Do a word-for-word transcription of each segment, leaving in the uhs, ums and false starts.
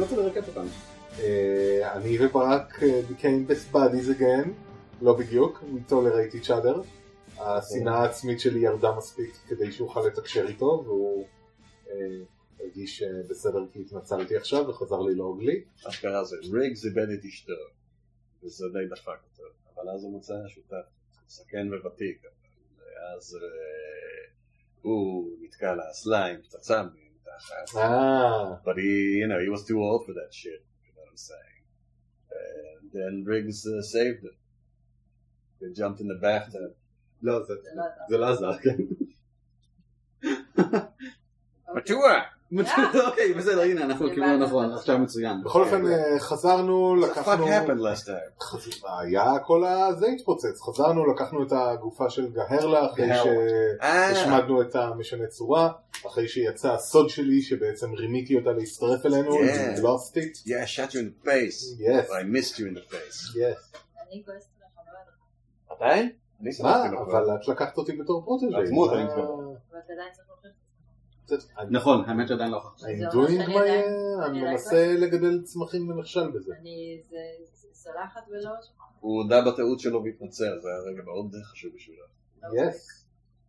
רוצה לרקט אותנו. אני וברק became best buddies again, לא בדיוק, we tolerate each other. השנאה העצמית שלי ירדה מספיק כדי שהוא יוכל לתקשר איתו, והוא הרגיש בסדר כי התנצלתי עכשיו וחזר לי להוג לי. אשכרה זה, ריגס איבד את אשתו, וזה די דפק אותו, אבל אז הוא מוצא שותף, סכן וותיק, אז הוא נתקע לאסליים, פצצה מתחת. But he, you know, he was too old for that shit, you know what I'm saying. And then Riggs uh, saved him. They jumped in the bathtub. לא, זה לא עזר, כן. מטוע! אוקיי, בסדר, הנה, אנחנו כיוון נכון, עכשיו מצוין. בכל אופן, חזרנו, לקחנו... What happened last time? היה כל הזה התפוצץ. חזרנו, לקחנו את הגופה של גהרלה, אחרי שהשמדנו את המשנה צורה, אחרי שיצא הסוד שלי, שבעצם רימיתי אותה להצטרף אלינו, and lost it. Yeah, I shot you in the face. Yes. I missed you in the face. Yes. אני כועסת לך, לא יודעת. עדיין? מה? אבל את לקחת אותי בתור פרוטג'י. עצמות, אני כבר. אבל אתה עדיין צריך להוכיח. נכון, האמת שעדיין לא הוכחת. I'm doing my... אני מנסה לגדל צמחים ונכשל בזה. אני סולחת ולא שוכחת. הוא הודע בטעות שלו והתנצל, זה היה רגע מאוד חשוב בשבילו. Yes.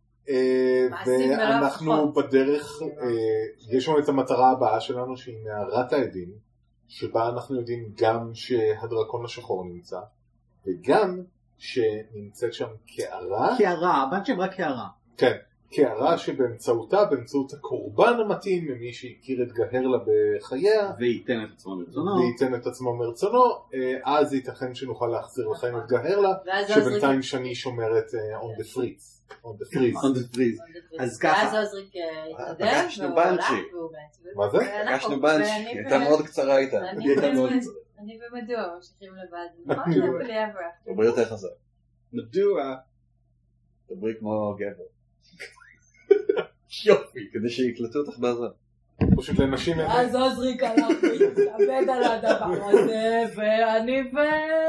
ואנחנו בדרך, יש לנו את המטרה הבאה שלנו שהיא מערת העדים, שבה אנחנו יודעים גם שהדרקון השחור נמצא, וגם שנמצאת שם קערה. קערה, הבנת שם רק קערה. כן. קערה שבאמצעותה, באמצעות הקורבן המתאים ממי שהכיר את גהרלה בחייה, וייתן את עצמו מרצונו, וייתן את עצמו מרצונו, אז ייתכן שנוכל להחזיר לכם את גהרלה, שבינתיים שני שומרת on the freeze. on the freeze. on the freeze. אז ככה. ואז עוזריק התקדם, פגשנו בנצ'י. מה זה? פגשנו בנצ'י, היא הייתה מאוד קצרה איתה. אני ומדוע ממשיכים לבד. מה זה בלי עברה? דברי יותר חזק. מדוע? דברי כמו גבר. יופי, כדי שיקלטו אותך בעזר. פשוט לנשים... אז עוזריק הלך להתאבד על הדבר הזה, ואני ו...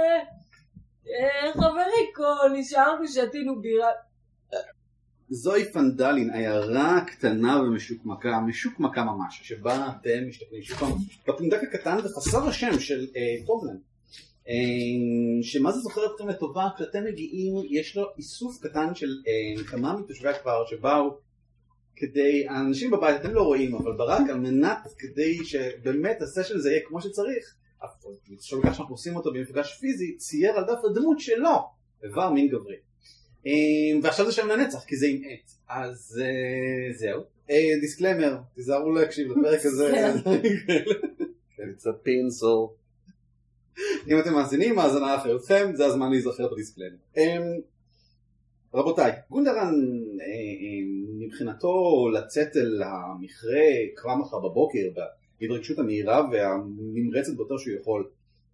חבריקו, נשארנו שתינו בירה. זוהי פנדלין, עיירה קטנה ומשוקמקה, משוקמקה ממש, שבה אתם משתכנים שוב פעם, בפונדק הקטן וחסר השם של טובלן, שמה זה זוכר אתכם לטובה, כשאתם מגיעים, יש לו איסוף קטן של כמה מתושבי הכפר שבאו, כדי, האנשים בבית אתם לא רואים, אבל ברק על מנת כדי שבאמת הסשן זה יהיה כמו שצריך, עכשיו בכך שאנחנו עושים אותו במפגש פיזי, צייר על דף הדמות שלו, איבר מין גברי. ועכשיו זה שם לנצח, כי זה עם עט. אז זהו. דיסקלמר, תיזהרו להקשיב לפרק הזה. It's a pencil. אם אתם מאזינים, מאזנה אחריותכם, זה הזמן להיזכר בדיסקלמר. רבותיי, גונדרן מבחינתו לצאת אל המכרה כבר מחר בבוקר בהתרגשות המהירה והנמרצת ביותר שהוא יכול,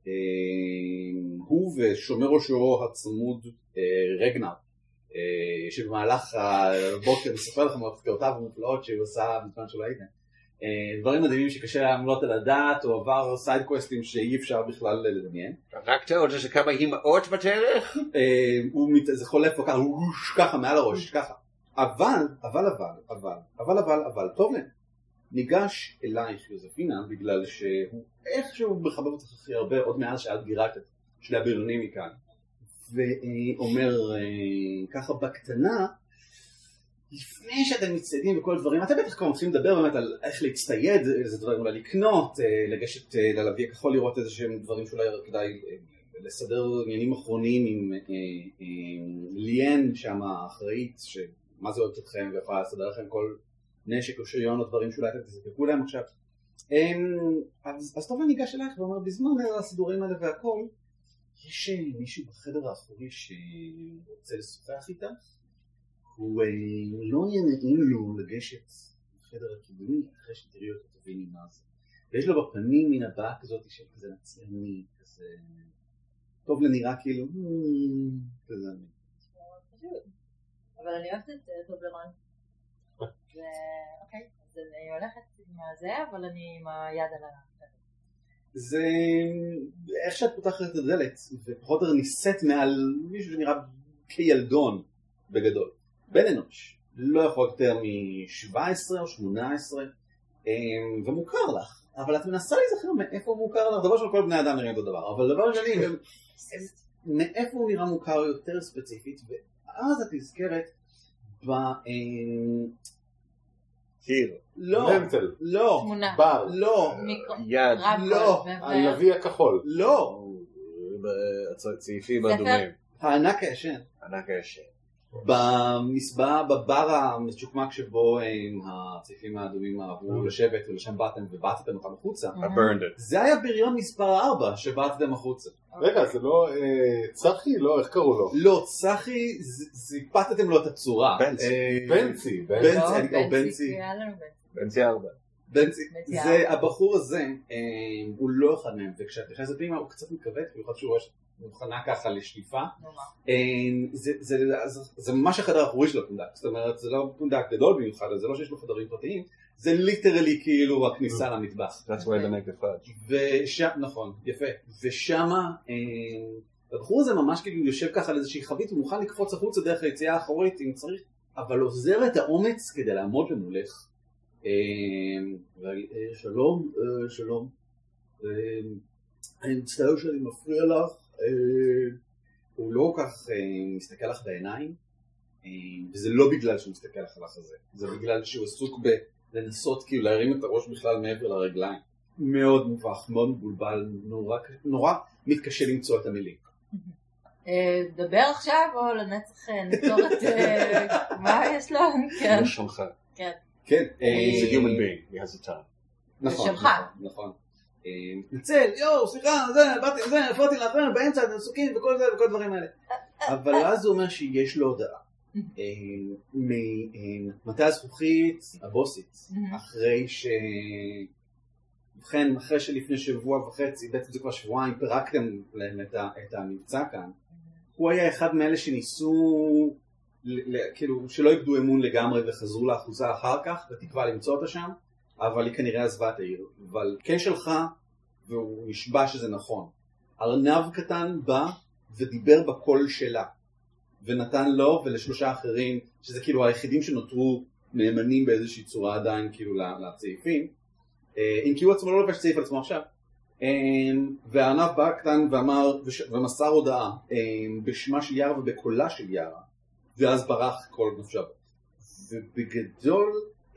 הוא ושומר ראשו הצמוד רגנר, שבמהלך הבוקר מספר לכם על תקעותיו המופלאות שהוא עושה בזמן שלא הייתם, דברים מדהימים שקשה להמלות על הדעת, הוא עבר סייד קווסטים שאי אפשר בכלל לדמיין. רק תאות זה כמה הימאות בדרך? זה חולף לו ככה, ככה מעל הראש, ככה. אבל, אבל, אבל, אבל, אבל, אבל, אבל, טוב להם. ניגש אלייך יוזפינה בגלל שהוא איכשהו מחבב אותך הכי הרבה עוד מאז שאת גירת את שני הבריונים מכאן. ואומר ככה בקטנה, לפני שאתם מצטיידים וכל דברים, אתם בטח כבר מתחילים לדבר באמת על איך להצטייד, איזה דברים אולי לקנות, לגשת ללוי הכחול, לראות איזה שהם דברים שאולי כדאי לסדר עניינים אחרונים עם ליאן שם האחראית, שמה זה אוהבת אתכם ויכולה לסדר לכם כל נשק או שריון או דברים שאולי אתם תזדקקו להם עכשיו. אז טוב אני ניגש אלייך ואומר, בזמן הסידורים האלה והכל, יש מישהו בחדר האחורי שרוצה לשוחח איתך? הוא לא יהיה נעים לו לגשת לחדר הכיווני אחרי שתראי אותו תביני מה זה. ויש לו בפנים מן הבאה כזאת של כזה נצלני, כזה טוב לנראה כאילו, כזה. אבל אני אוהבת את טובלרון. אוקיי, אז אני הולכת עם זה, אבל אני עם היד על החדר. זה איך שאת פותחת את הדלת, ופחות או ניסית מעל מישהו שנראה כילדון בגדול. בן אנוש, לא יכול יותר מ-שבע עשרה או שמונה עשרה, ומוכר לך. אבל את מנסה להיזכר מאיפה הוא מוכר לך, דבר של כל בני אדם נראה אותו דבר, אבל דבר שני, מאיפה הוא נראה מוכר יותר ספציפית, ואז את נזכרת ב... קיר. לא, מנטל. לא, תמונה. בר. לא, יד. לא, הנביא הכחול. לא, הצעיפים האדומים. הענק הישן. ענק הישן. במסבע, בבר המשוקמק שבו הצעיפים האדומים אהבו לשבת ולשם באתם ובאתם אותם החוצה, I burned it. זה היה בריון מספר ארבע שבאתם החוצה. רגע, זה לא צחי? לא, איך קראו לו? לא, צחי, זיפתתם לו את הצורה. בנצי. בנצי. בנצי, או בנצי. בנצי ארבע. בנצי. זה, הבחור הזה, הוא לא אחד מהם, וכשאת נכנסת פנימה הוא קצת מכווץ, במיוחד שהוא מוכנה ככה לשליפה. זה ממש החדר האחורי של הפונדק, זאת אומרת, זה לא פונדק גדול במיוחד, זה לא שיש לו חדרים פרטיים, זה ליטרלי כאילו הכניסה למטבח. That's why they make the fudge. ושם, נכון, יפה. ושמה, הבחור הזה ממש כאילו יושב ככה על איזושהי חבית, הוא מוכן לקפוץ החוצה דרך היציאה האחורית אם צריך, אבל עוזר את האומץ כדי לעמוד למולך. שלום, שלום. אני מצטער שאני מפריע לך. הוא לא כך מסתכל לך בעיניים, וזה לא בגלל שהוא מסתכל לך על החזה, זה בגלל שהוא עסוק בלנסות כאילו להרים את הראש בכלל מעבר לרגליים. מאוד מובך, מאוד מבולבל, נורא מתקשה למצוא את המילים. דבר עכשיו או לנצח ניצור את... מה יש לו? יש שלך. כן. כן. He's a human being, he has a time. נכון, נכון. נצל, יואו, סליחה, זה, באתי, זה, הפרעתי לאחרונה, באמצע, אתם עסוקים וכל זה וכל הדברים האלה. אבל אז הוא אומר שיש לו הודעה. ממטה הזכוכית הבוסית, אחרי ש... ובכן, אחרי שלפני שבוע וחצי, בעצם זה כבר שבועיים, פירקתם להם את המבצע כאן, הוא היה אחד מאלה שניסו, כאילו, שלא איבדו אמון לגמרי וחזרו לאחוזה אחר כך, בתקווה למצוא אותה שם, אבל היא כנראה עזבה את העיר. אבל כן שלך, והוא נשבע שזה נכון. ארנב קטן בא ודיבר בקול שלה, ונתן לו ולשלושה אחרים, שזה כאילו היחידים שנותרו נאמנים באיזושהי צורה עדיין כאילו לצעיפים, אם כי הוא עצמו לא לבש צעיף על עצמו עכשיו. והארנב בא קטן ואמר, ומסר הודעה בשמה של יערה ובקולה של יערה, ואז ברח כל נפשה. ובגדול,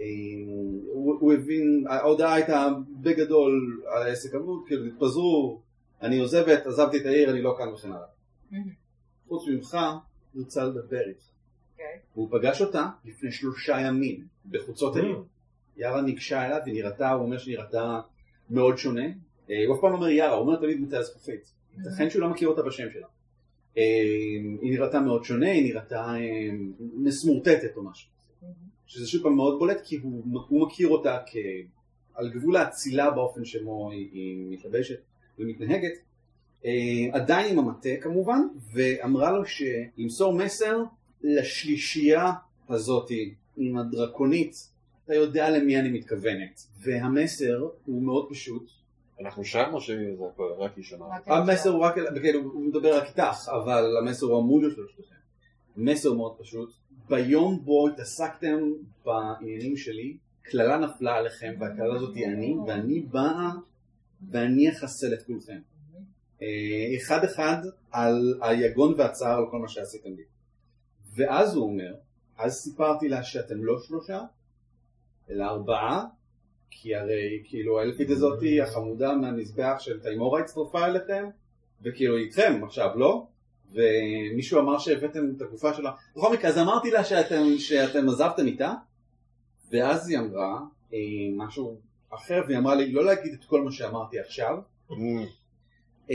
הוא הבין, ההודעה הייתה בגדול על העסק אבוד, כאילו התפזרו, אני עוזבת, עזבתי את העיר, אני לא כאן וכן הלאה. חוץ ממך, הוא רוצה לדבר איתך. והוא פגש אותה לפני שלושה ימים, בחוצות העיר. יערה ניגשה אליו ונראתה, הוא אומר שנראתה מאוד שונה. הוא אף פעם לא אומר יערה, הוא אומר תמיד מטה הזכוכית. ייתכן שהוא לא מכיר אותה בשם שלה. היא נראתה מאוד שונה, היא נראתה מסמורטטת או משהו. שזה שוב פעם מאוד בולט, כי הוא, הוא מכיר אותה על גבול האצילה באופן שבו היא, היא מתלבשת ומתנהגת. עדיין עם המטה כמובן, ואמרה לו שימסור מסר לשלישייה הזאת עם הדרקונית, אתה יודע למי אני מתכוונת. והמסר הוא מאוד פשוט. אנחנו שם או שזה רק ישנה? המסר הוא רק, הוא מדבר רק איתך, אבל המסר הוא עמוד של שלושתכם. המסר הוא מאוד פשוט. ביום בו התעסקתם בעניינים שלי, כללה נפלה עליכם, והכללה הזאת היא אני, ואני באה ואני אחסל את כולכם. אחד אחד על היגון והצער על כל מה שעשיתם לי. ואז הוא אומר, אז סיפרתי לה שאתם לא שלושה, אלא ארבעה, כי הרי כאילו האלפית הזאת היא החמודה מהמזבח של תימורה הצטרפה אליכם, וכאילו איתכם עכשיו לא? ומישהו אמר שהבאתם את הגופה שלה. בכל מקרה, אז אמרתי לה שאתם, שאתם עזבתם איתה, ואז היא אמרה אה, משהו אחר, והיא אמרה לי לא להגיד את כל מה שאמרתי עכשיו, אה,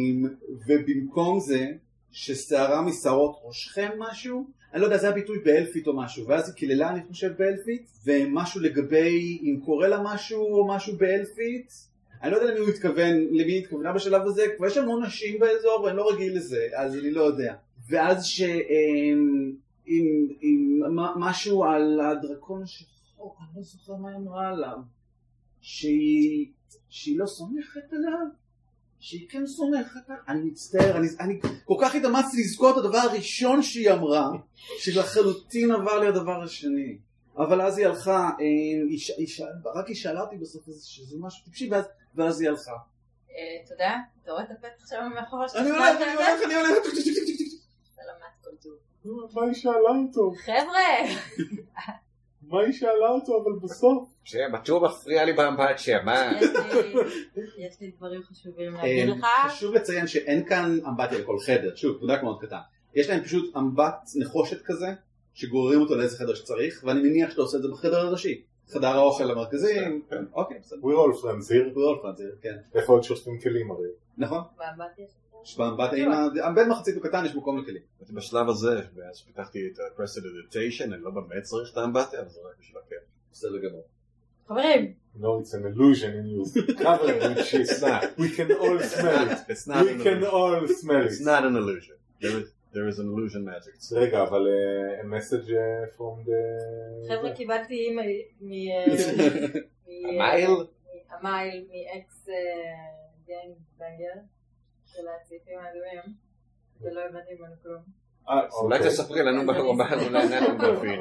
ובמקום זה, ששערה משערות ראשכם משהו, אני לא יודע, זה הביטוי באלפית או משהו, ואז היא כללה, אני חושב, באלפית, ומשהו לגבי אם קורא לה משהו או משהו באלפית, אני לא יודע למי הוא התכוון, למי היא התכוונה בשלב הזה, כבר יש המון נשים באזור ואני לא רגיל לזה, אז אני לא יודע. ואז שעם משהו על הדרקון השחור, אני לא זוכר מה היא אמרה עליו, שהיא, שהיא לא סומכת עליו, שהיא כן סומכת עליו, אני מצטער, אני, אני כל כך התאמצתי לזכור את הדבר הראשון שהיא אמרה, שלחלוטין עבר לי הדבר השני. אבל אז היא הלכה, רק היא שאלה אותי בסוף שזה משהו טיפשי, ואז היא הלכה. אתה יודע, אתה רואה את הפתח שם מאחורה אני הולך, אני הולך, אני הולך. אתה למד כל טוב. מה היא שאלה אותו? חבר'ה! מה היא שאלה אותו, אבל בסוף? שבטוח מפריע לי באמבטיה, מה? יש לי דברים חשובים להגיד לך. חשוב לציין שאין כאן אמבטיה לכל חדר, שוב, תודה כמו קטן. יש להם פשוט אמבט נחושת כזה, שגוררים אותו לאיזה חדר שצריך, ואני מניח שאתה עושה את זה בחדר הראשי. חדר האוכל המרכזי. אוקיי, בסדר. We're all friends here. We're all friends here, כן. איפה עוד שושבים כלים הרי? נכון. באמבטיה שלך? באמבטיה, בין מחצית הוא קטן, יש מקום לכלים. בשלב הזה, ואז פיתחתי את ה-Prestidigitation, אני לא באמת צריך את האמבטיה, אבל זה רק בשביל הכיף. בסדר גמור. חברים. No, it's an illusion in you. Cover it with shit. We can all smell it. It's not We can all smell it. It's not an illusion. There is, there is an illusion magic. רגע, אבל a message from the... חבר'ה, קיבלתי מ... המייל? המייל מאקס גנג בנגר של הצעיפים האדומים, ולא הבנתי ממנו כלום. אולי תספרי לנו מה הוא אמר, אולי אנחנו מבין.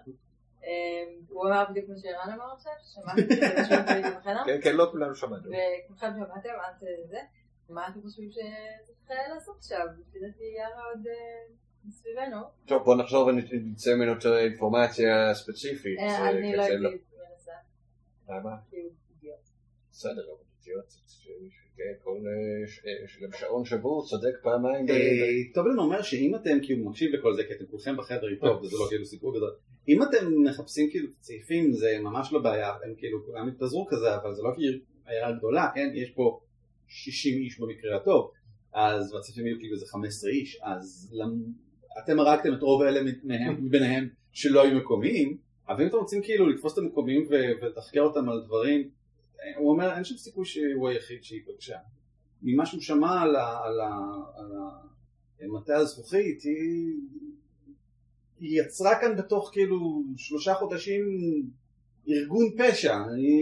הוא אמר בדיוק מה שערן אמר עכשיו, ששמעתי ששמעתי הייתי בחדר. כן, כן, לא כולנו שמענו. וכולכם שמעתם, את זה. מה אתם חושבים שצריך לעשות עכשיו? לפי דעתי יארה עוד מסביבנו. טוב, בוא נחזור ונצא ממנו את האינפורמציה הספציפית. אני לא הייתי מנסה. למה? כי הוא אידיוט. בסדר, אבל אידיוט, כל שעון שבור צודק פעמיים. טובלן אומר שאם אתם כאילו מקשיב לכל זה, כי אתם כולכם בחדר איתו, וזה לא כאילו סיפור גדול, אם אתם מחפשים כאילו צעיפים, זה ממש לא בעיה, הם כאילו כולם התפזרו כזה, אבל זה לא כאילו בעיה גדולה, כן? יש פה שישים איש במקרה הטוב, אז הצעיפים יהיו כאילו זה חמש עשרה איש, אז אתם הרגתם את רוב האלה מביניהם שלא היו מקומיים, אבל אם אתם רוצים כאילו לתפוס את המקומיים ולתחקר אותם על דברים, הוא אומר אין שום סיכוי שהוא היחיד שיפגשה. ממה שהוא שמע על המטה הזכוכית, היא יצרה כאן בתוך כאילו שלושה חודשים ארגון פשע,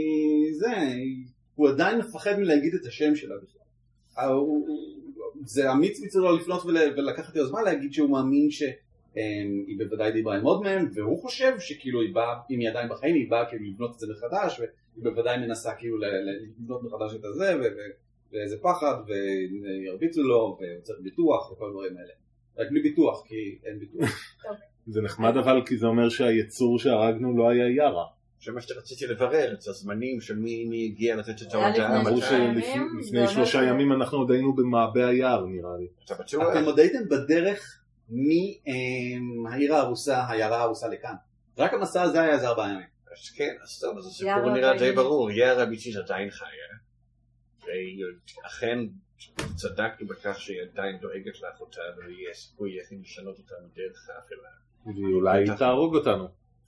הוא עדיין מפחד מלהגיד את השם שלה בכלל. זה אמיץ מצלו לפנות ולקחת יוזמה להגיד שהוא מאמין שהיא בוודאי דיברה עם עוד מהם, והוא חושב שכאילו היא באה, אם היא עדיין בחיים, היא באה כאילו לבנות את זה מחדש, והיא בוודאי מנסה כאילו לבנות מחדש את הזה, ואיזה פחד, וירביצו לו, ויוצר ביטוח, וכל דברים האלה. רק בלי ביטוח, כי אין ביטוח. זה נחמד אבל, כי זה אומר שהיצור שהרגנו לא היה יארה. שמה שרציתי לברר, את הזמנים של מי הגיע לתת את ההודעה. אמרו שלפני שלושה ימים אנחנו עוד היינו במעבה היער, נראה לי. אתם עוד הייתם בדרך מהעיר ההרוסה, העיירה ההרוסה לכאן. רק המסע הזה היה איזה ארבעה ימים. אז כן, אז טוב, אז הסיפור נראה די ברור. יערה ביצ'יז עדיין חיה. ואכן צדקנו בכך שהיא עדיין דואגת לאחותה, ויהיה סיכוי איך לשנות אותה מדרך האפלה. ואולי היא תהרוג אותנו.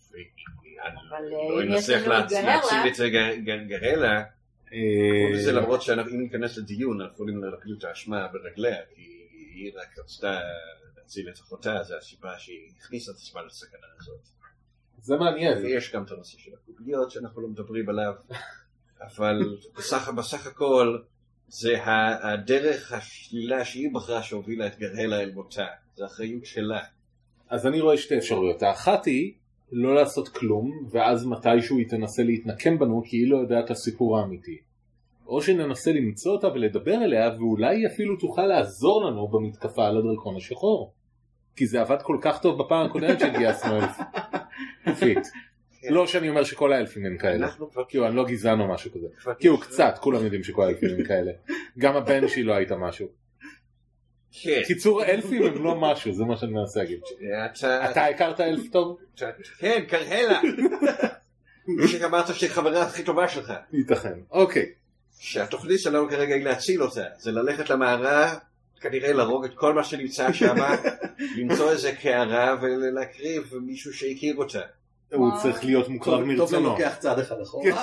לא ינסח להציל את זה גרלה, זה למרות שאם ניכנס לדיון אנחנו יכולים להקליט את האשמה ברגליה, כי היא רק רצתה להציל את אחותה, זה הסיבה שהיא הכניסה את עצמה לסכנה הזאת. זה מעניין. ויש גם את הנושא של הקובליות שאנחנו לא מדברים עליו, אבל בסך הכל זה הדרך השלילה שהיא בחרה שהובילה את גרלה אל מותה, זה האחריות שלה. אז אני רואה שתי אפשרויות, האחת היא לא לעשות כלום, ואז מתישהו היא תנסה להתנקם בנו כי היא לא יודעת את הסיפור האמיתי. או שננסה למצוא אותה ולדבר אליה, ואולי היא אפילו תוכל לעזור לנו במתקפה על הדרקון השחור. כי זה עבד כל כך טוב בפעם הקודמת שגייסנו אלף. פית. לא שאני אומר שכל האלפים הם כאלה. כי אני לא גזען או משהו כזה. כי הוא קצת, כולם יודעים שכל האלפים הם כאלה. גם הבן שלי לא הייתה משהו. קיצור, אלפים הם לא משהו, זה מה שאני מנסה להגיד. אתה הכרת אלף טוב? כן, קרהלה. מי שאמרת שהיא חברה הכי טובה שלך. ייתכן, אוקיי. שהתוכנית שלנו כרגע היא להציל אותה. זה ללכת למערה, כנראה להרוג את כל מה שנמצא שם, למצוא איזה קערה ולהקריב מישהו שהכיר אותה. הוא צריך להיות מוקרב מרצונו. טוב, לוקח צעד אחד אחורה.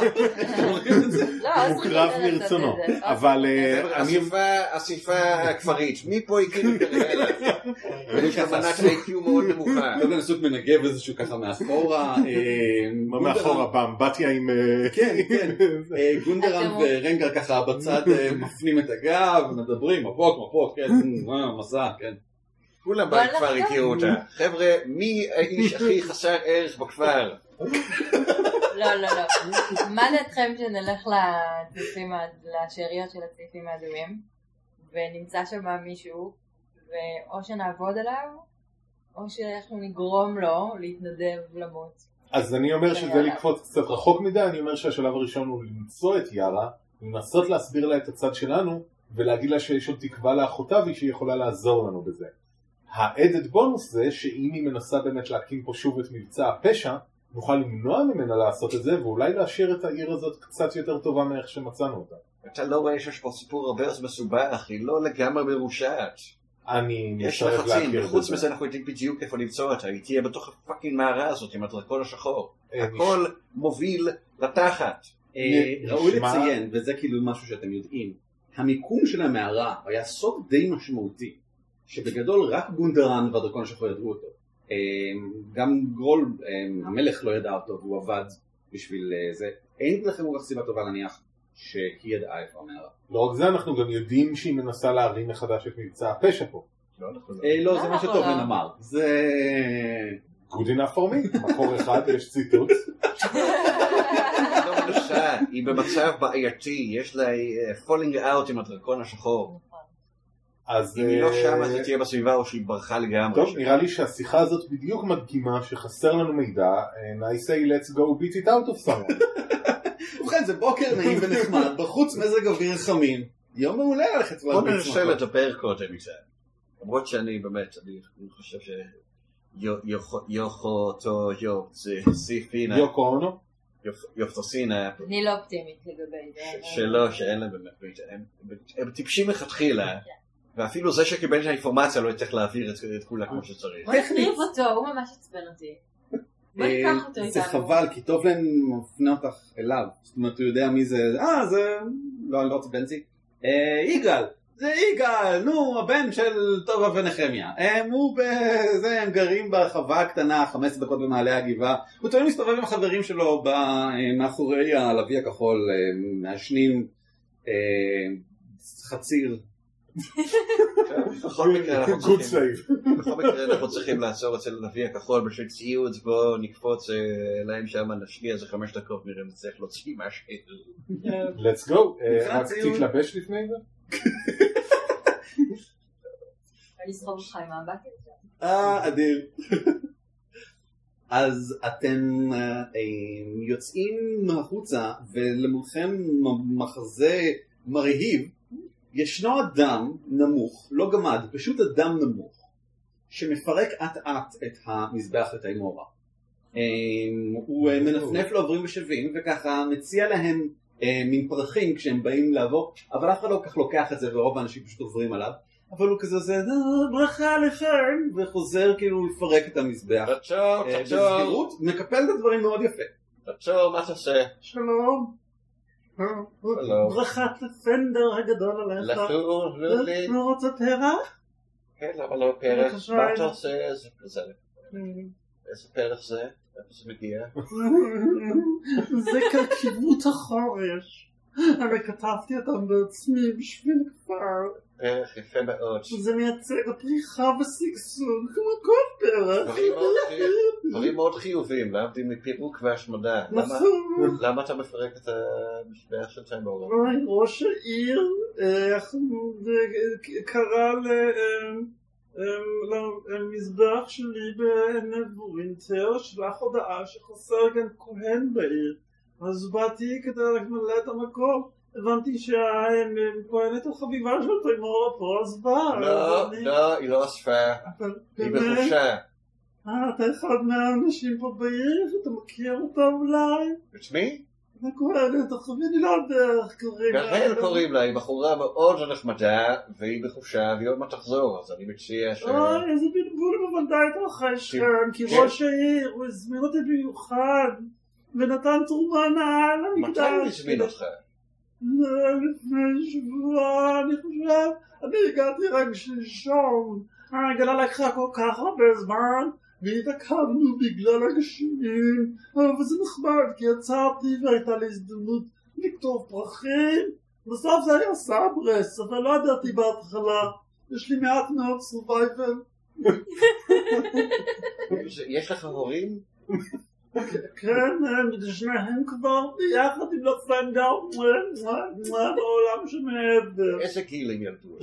מוקרב מרצונו. אבל אסיפה הכפרית, מי פה הכיר את קרהלה? ויש לה מנת איי קיו מאוד נמוכה. לא לנסות מנגב איזשהו ככה מאחורה. מה מאחורה? באמבטיה עם... כן, כן. גונדרן ורנגר ככה בצד מפנים את הגב, מדברים, מפות, מפות, כן, מסע, כן. כולם בכפר הכירו אותה. חבר'ה, מי האיש הכי חסר ערך בכפר? לא, לא, לא. מה דעתכם שנלך לצעיפים, לשאריות של הצעיפים האדומים, ונמצא שם מישהו, ואו שנעבוד עליו, או שאנחנו נגרום לו להתנדב למות. אז אני אומר שזה לקפוץ קצת רחוק מדי, אני אומר שהשלב הראשון הוא למצוא את יארה, לנסות להסביר לה את הצד שלנו, ולהגיד לה שיש עוד תקווה לאחותה ושהיא יכולה לעזור לנו בזה. האדד בונוס זה שאם היא מנסה באמת להקים פה שוב את מבצע הפשע, נוכל למנוע ממנה לעשות את זה, ואולי להשאיר את העיר הזאת קצת יותר טובה מאיך שמצאנו אותה. אתה לא רואה שיש פה סיפור הרבה יותר מסובך, היא לא לגמרי מרושעת. אני יש לחצים, וחוץ מזה אנחנו יודעים בדיוק איפה למצוא אותה, היא תהיה בתוך הפאקינג מערה הזאת עם הדרקון השחור. הכל מוביל לתחת. ראוי לציין, וזה כאילו משהו שאתם יודעים, המיקום של המערה היה סוד די משמעותי, שבגדול רק גונדרן והדרקון השחור ידעו אותו. גם גרול, המלך לא ידע אותו והוא עבד בשביל זה. אין לכם כל כך סיבה טובה להניח שהיא ידעה איפה המערה. לא רק זה, אנחנו גם יודעים שהיא מנסה להרים מחדש את מבצע הפשע פה. לא, זה מה שטובלן אמר. זה... good enough for me. מקור אחד, יש ציטוט. לא מנסה, היא במצב בעייתי, יש לה falling out עם הדרקון השחור. אז אם היא לא שם, אז היא תהיה בסביבה או שהיא ברחה לגמרי. טוב, נראה לי שהשיחה הזאת בדיוק מדגימה שחסר לנו מידע, and I say let's go beat it out of someone. ובכן, זה בוקר נעים ונחמד, בחוץ מזג אוויר חמים. יום מעולה ללכת בוא ננסה לדבר קודם איתה. למרות שאני באמת, אני חושב ש... יוכו טו יופ זה סיפינה. יוקו אונו? יופטוסינה. אני לא אופטימית לגבי זה. שלא, שאין להם באמת. הם טיפשים לכתחילה. ואפילו זה שקיבל את האינפורמציה לא יצטרך להעביר את כולה כמו שצריך. בוא נחליף אותו, הוא ממש עצבן אותי. בוא ניקח אותו איתנו. זה חבל, כי טובלן מפנה אותך אליו. זאת אומרת, הוא יודע מי זה. אה, זה... לא, אני לא רוצה בנצי. יגאל. זה יגאל, נו, הבן של טובה ונחמיה. הם הוא בזה, הם גרים ברחבה הקטנה, חמש דקות במעלה הגבעה. הוא תמיד מסתובב עם החברים שלו מאחורי הלוי הכחול, מעשנים חציר. בכל מקרה אנחנו צריכים לעצור אצל הלוי הכחול בשביל ציוד, בוא נקפוץ להם שם, נשקיע איזה חמש דקות, נראה נצטרך להוציא משהו. let's go, רק תתלבש לפני זה? אני אסחוב אותך עם האמבטיה. אה, אדיר. אז אתם יוצאים החוצה ולמולכם מחזה מרהיב. ישנו אדם נמוך, לא גמד, פשוט אדם נמוך, שמפרק אט אט את המזבח לתיימורה. הוא מנפנף לעוברים ושבים וככה מציע להם מין פרחים כשהם באים לעבור, אבל אף אחד לא כך לוקח את זה ורוב האנשים פשוט עוברים עליו, אבל הוא כזה זה ברכה לכם וחוזר כאילו לפרק את המזבח. תצור, תצור. מקפל את הדברים מאוד יפה. תצור, מה תעשה? שלום. ברכת לפנדר הגדול עליך. לחור, לולי. לא רוצה פרח? כן, למה לא פרח? מה אתה עושה? איזה פרח זה? איפה זה מגיע? זה ככיבות החורש. אני כתבתי אותם בעצמי בשביל הכפר. פרח יפה מאוד. זה מייצג הפריחה ושגשוג כמו כל פרח. דברים מאוד חיוביים, להבדיל מפירוק והשמדה. למה אתה מפרק את המשבח של טיימורה? ראש העיר קרא למזבח שלי בנבורינטר, שלח הודעה שחסר גם כהן בעיר. אז באתי כדי למלא את המקום. הבנתי שהכהנת החביבה של טיימורה פה, אז בא. לא, לא, היא לא אספה. היא בחופשה. אה, אתה אחד מהאנשים פה בעיר, אתה מכיר אותה אולי? את מי? הכהנת החביבה, אני לא יודע איך קוראים לה. גרל קוראים לה, היא בחורה מאוד נחמדה, והיא בחופשה, והיא עוד מה תחזור, אז אני מציע ש... אוי, איזה בלבול, אבל די תרחש כאן, כי ראש העיר, הוא הזמין אותי במיוחד, ונתן תרומה נאה למקדש. מתי הוא הזמין אותך? לפני שבוע, אני חושב, אני הגעתי רק שלשום, הגלה לקחה כל כך הרבה זמן, והתעכבנו בגלל הגשמים, אבל זה נחמד, כי יצאתי והייתה לי הזדמנות לכתוב פרחים, בסוף זה היה סברס, אבל לא ידעתי בהתחלה, יש לי מעט מאוד סורווייבל, יש לך הורים? כן, שניהם כבר ביחד עם לפנדר בעולם שמעבר. איזה גיל הם ילדו?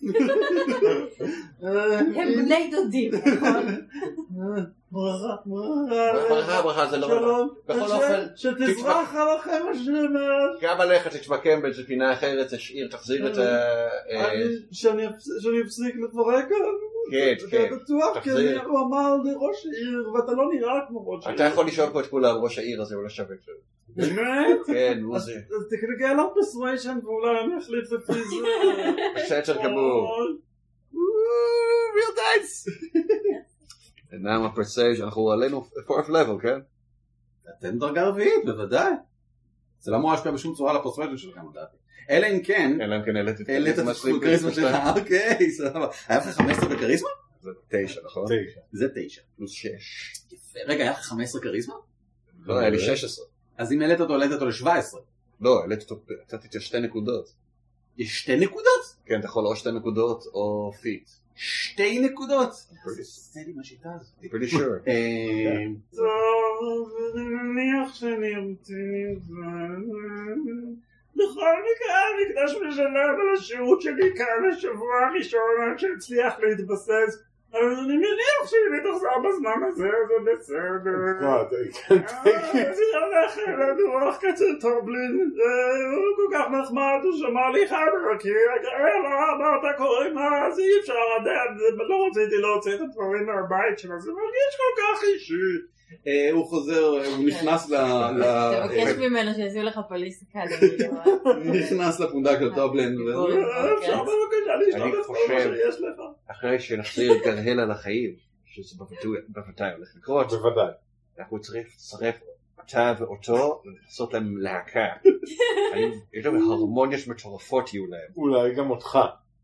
הם בני דודים, נכון? ברכה, ברכה, ברכה, זה לא שלום, בכל אופן, שתזרח עליכם השמש. גם עליך תתמקם באיזו פינה אחרת, תשאיר, תחזיר את ה... שאני אפסיק לפרק עליו? כן, כן. אתה בטוח, כי הוא אמר לראש העיר, ואתה לא נראה כמו ראש העיר. אתה יכול לשאול פה את כולם, ראש העיר הזה הוא לא שווה כלום. באמת? כן, הוא זה. אז תקרא עליו פרסוויישן ואולי אני אחליט לפי זה. בסדר גמור. real dice. And now a percentage, אנחנו עלינו fourth level, כן? אתם דרגה רביעית, בוודאי. זה לא אמור להשפיע בשום צורה על הפרסוויישן שלכם, לדעתי. אלא אם כן, אלא אם כן העלית את העלית את הקריזמה שלך, אוקיי, סבבה. היה לך חמש עשרה בקריזמה? זה תשע, נכון? תשע. זה תשע. פלוס שש. יפה, רגע, היה לך חמש עשרה קריזמה? לא, היה לי שש עשרה. אז אם העלית אותו, העלית אותו ל-שבע עשרה. לא, העלית אותו, נתתי את שתי נקודות. יש שתי נקודות? כן, אתה יכול או שתי נקודות או פיט. שתי נקודות? pretty- זה לי מה שיטה הזאת. pretty sure. אה, טוב, אני מניח שאני אמתין את זה. בכל מקרה, מקדש משלם על השירות שלי כאן לשבוע הראשון עד שהצליח להתבסס. אבל אני מניח שהיא תחזור בזמן הזה, זה בסדר. God, I can't take it. אני הולך אלינו רוח קצר טובלין, הוא כל כך נחמד, הוא שמע לי חדר, כי אלא מה אתה קורא מה, אז אי אפשר לדעת, לא רציתי להוציא את הדברים מהבית שלה, זה מרגיש כל כך אישי. אה, הוא חוזר, הוא נכנס ל... ל- תבקש ממנו שיעשו לך פוליס אקדמי. נכנס לפונדק של טובלן. ו- אפשר בבקשה לשתות אני את כל מה חושב- שיש לך. אחרי שנחזיר את גרהלה לחיים, שזה בוודאי- בוודאי הולך לקרות, בוודאי. אנחנו צריכים לצרף אותה ואותו ולעשות להם להקה. האם יש להם הרמוניות מטורפות יהיו להם. אולי גם אותך.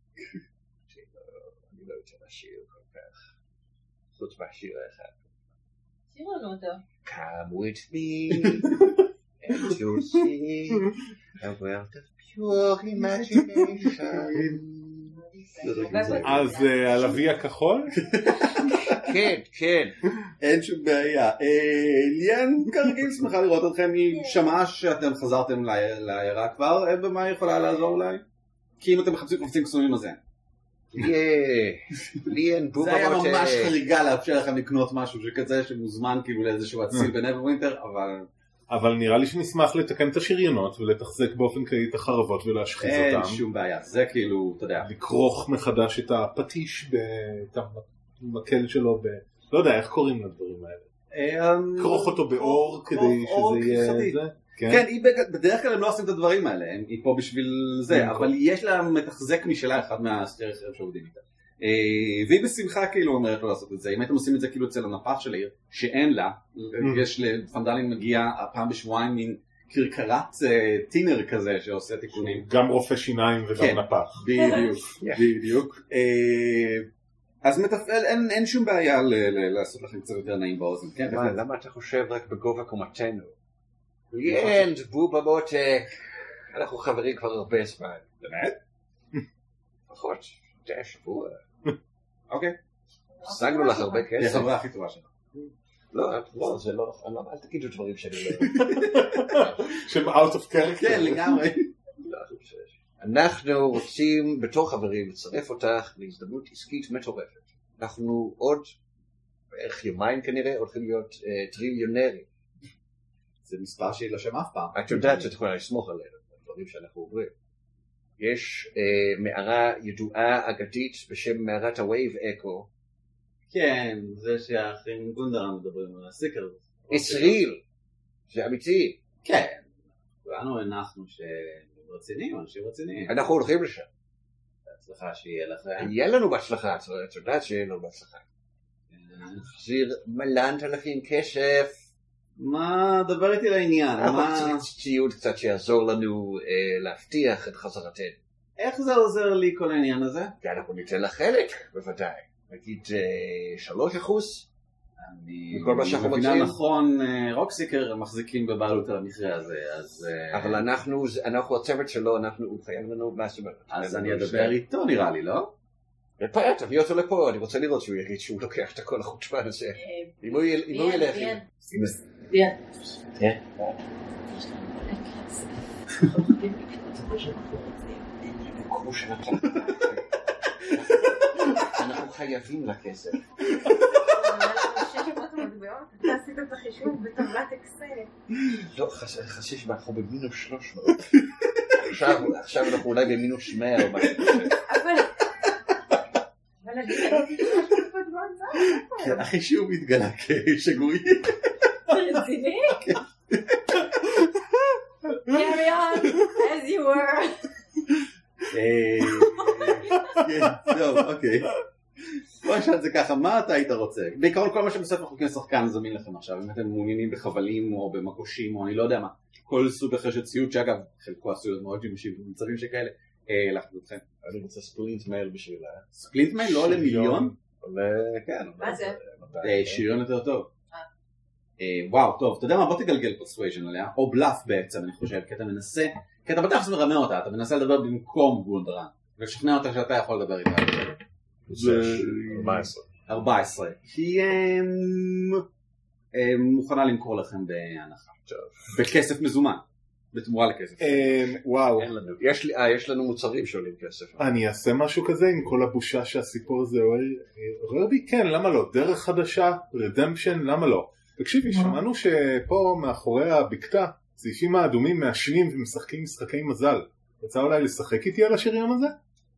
אני לא יודע לשיר כל כך. חוץ מהשיר האחד. שיר לנו אותו. Come with me and you'll see a world of pure imagination. אז אה, הלוי הכחול? כן, כן. אין שום בעיה. אה, ליאן כרגיל שמחה לראות אתכם, היא שמעה שאתם חזרתם ל- לעיירה כבר, אה, במה היא יכולה לעזור אולי? כי אם אתם מחפשים קופצים קסומים אז אין. ליאן בובה זה היה מוטה. ממש חריגה לאפשר לכם לקנות משהו שכזה שמוזמן כאילו לאיזשהו אציל בנברווינטר, אבל אבל נראה לי שנשמח לתקן את השריונות ולתחזק באופן כללי את החרבות ולהשחיז אין אותם. שום בעיה. זה כאילו, אתה יודע. לכרוך מחדש את הפטיש, ב- את המקל שלו, ב... לא יודע איך קוראים לדברים האלה. אה, כרוך אותו באור כרוך כדי אור שזה יהיה כחדי. זה. כן, היא בג- בדרך כלל הם לא עושים את הדברים האלה, הם- היא פה בשביל זה, אבל יש לה מתחזק משלה אחד מהסטרי אחרים שעובדים איתה. אה, והיא בשמחה כאילו אומרת לו לעשות את זה. אם הייתם עושים את זה כאילו אצל הנפח של העיר, שאין לה, יש לפנדלים מגיע הפעם בשבועיים מין קרקרת אה, טינר כזה שעושה תיקונים. גם רופא שיניים כן. וגם נפח. בדיוק, בדיוק. אה, אז מתפעל, אין, אין שום בעיה ל- ל- לעשות לכם קצת יותר נעים באוזן. כן, מה, בהחלט. למה אתה חושב רק בגובה קומתנו? ליאן בובה מוטה. אנחנו חברים כבר הרבה זמן. באמת? לפחות די שבוע. אוקיי. השגנו לך הרבה היא כסף. החברה הכי טובה שלך. לא, לא, זה לא, אני לא- אל תגידו דברים שאני לא... שהם out of character. כן, לגמרי. לא, אני חושב. אנחנו רוצים בתור חברים לצרף אותך להזדמנות עסקית מטורפת. אנחנו עוד בערך יומיים כנראה הולכים להיות אה, טריליונרים. זה מספר שיירשם אף פעם. את יודעת שאת יכולה לסמוך עלינו, הדברים שאנחנו עוברים. יש אה, מערה ידועה אגדית בשם מערת הווייב אקו. כן, זה שהאחים גונדרן מדברים על הסיקר. עשריל, זה אמיתי. כן, כולנו הנחנו שהם רציניים, אנשים רציניים. אנחנו הולכים לשם. בהצלחה שיהיה לכם. יהיה לנו בהצלחה, את יודעת שיהיה לנו בהצלחה. נחזיר מלנת אלפים כסף. מה, דבר איתי לעניין, אנחנו מה, צריכים ציוד קצת שיעזור לנו אה, להבטיח את חזרתנו. איך זה עוזר לי כל העניין הזה? אנחנו ניתן לך חלק, בוודאי. נגיד אה, שלוש אחוז. אני מכל מה שאנחנו מבינה מוצאים. נכון, אה, רוקסיקר מחזיקים בבעלות על המכרה הזה, אז אה, אבל אנחנו, אנחנו הצוות שלו, אנחנו, הוא חייב לנו מה זאת אומרת. אז אני אדבר איתו נראה לי, לא? לפעמים תביא אותו לפה, אני רוצה לראות שהוא יגיד שהוא לוקח את הכל החוצ'פן הזה. אם הוא ילך... ביאן, ביאן. כן? יש לנו מלא כסף. אנחנו חייבים לכסף. אתה עשית את החישוב בטבלת אקסל. לא, חשיש אנחנו במינוס שלוש מאות. עכשיו אנחנו אולי במינוס מאה או משהו. אבל... אבל אני ראיתי שיש פה דברים. החישוב מתגלה כשגוי. רציני? carry on as you were. טוב, אוקיי. בוא נשאל את זה ככה, מה אתה היית רוצה? בעיקרון כל מה שבספר חוקי שחקן זמין לכם עכשיו, אם אתם מעוניינים בחבלים או במקושים או אני לא יודע מה, כל סוג אחר של ציוד, שאגב חלקו עשויות מאוד שימושים במצבים שכאלה, להחזותכם. אני רוצה ספלינט מייל בשבילה. ספלינט מייל לא עולה מיליון? עולה, כן. מה זה? שריון יותר טוב. וואו, טוב, אתה יודע מה, בוא תגלגל פרסוויז'ן עליה, או בלאף בעצם, אני חושב, כי אתה מנסה, כי אתה בטח מרמה אותה, אתה מנסה לדבר במקום גונדרן, ולשכנע אותה שאתה יכול לדבר איתה. ארבע עשרה. ארבע עשרה. היא מוכנה למכור לכם בהנחה. בכסף מזומן. בתמורה לכסף. וואו. יש לנו מוצרים שעולים כסף. אני אעשה משהו כזה עם כל הבושה שהסיפור הזה עורר בי? כן, למה לא? דרך חדשה, רדמפשן, למה לא? תקשיבי, שמענו שפה מאחורי הבקתה, צעיפים האדומים מעשנים ומשחקים משחקי מזל. רוצה אולי לשחק איתי על השריון הזה?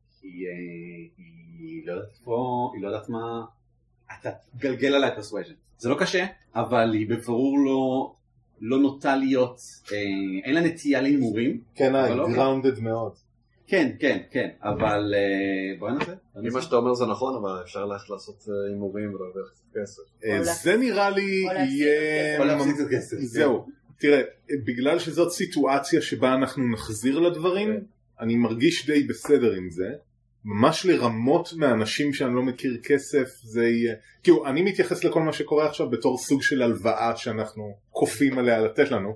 היא לא יודעת פה, היא לא יודעת מה... אתה גלגל עליי פרסוויז'ן. זה לא קשה, אבל היא בפירור לא... לא נוטה להיות, אין לה נטייה להימורים. כן, היא גראונדד מאוד. כן, כן, כן, אבל בואי נעשה. אם מה שאתה אומר זה נכון, אבל אפשר ללכת לעשות הימורים ולהרוויח כסף. זה נראה לי יהיה... או להפסיק את הכסף. זהו. תראה, בגלל שזאת סיטואציה שבה אנחנו נחזיר לדברים, אני מרגיש די בסדר עם זה. ממש לרמות מאנשים שאני לא מכיר כסף, זה יהיה... כאילו, אני מתייחס לכל מה שקורה עכשיו בתור סוג של הלוואה שאנחנו קופים עליה לתת לנו.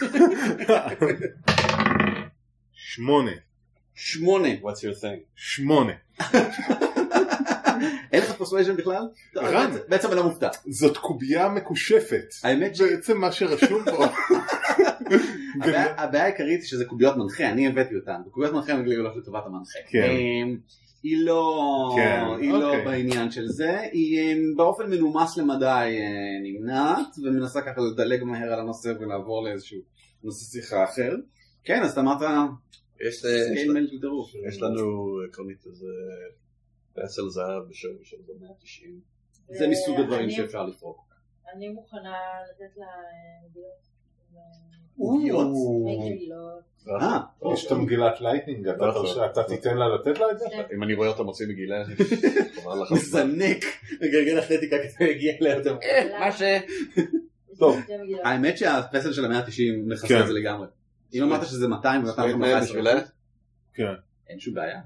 שמונה. שמונה. What's your thing? שמונה. אין לך פרסוויז'ן בכלל? רן. בעצם אני לא מופתע. זאת קובייה מקושפת. האמת ש... בעצם מה שרשום פה. הבעיה העיקרית שזה קוביות מנחה, אני הבאתי אותן. קוביות מנחה אני הולך לטובת המנחה. היא לא, היא לא בעניין של זה, היא באופן מנומס למדי נמנעת, ומנסה ככה לדלג מהר על הנושא ולעבור לאיזשהו נושא שיחה אחר. כן, אז אתה אמרת, יש לנו עקרונית איזה פסל זהב בשווי של מאה ותשעים. זה מסוג הדברים שאפשר לפרוק. אני מוכנה לתת לה מגילות. מגילות? מגילות. אה, יש את המגילת לייטנינג, אתה תיתן לה לתת לה את זה? אם אני רואה אותה מוציא מגילה, אני מזנק, מגרגל אתלטיקה כדי להגיע אליה יותר. מה ש... טוב. האמת שהפסל של ה-מאה ותשעים מכסה את זה לגמרי. אם אמרת שזה מאתיים ו-מאתיים וחמש עשרה. כן. אין שום בעיה.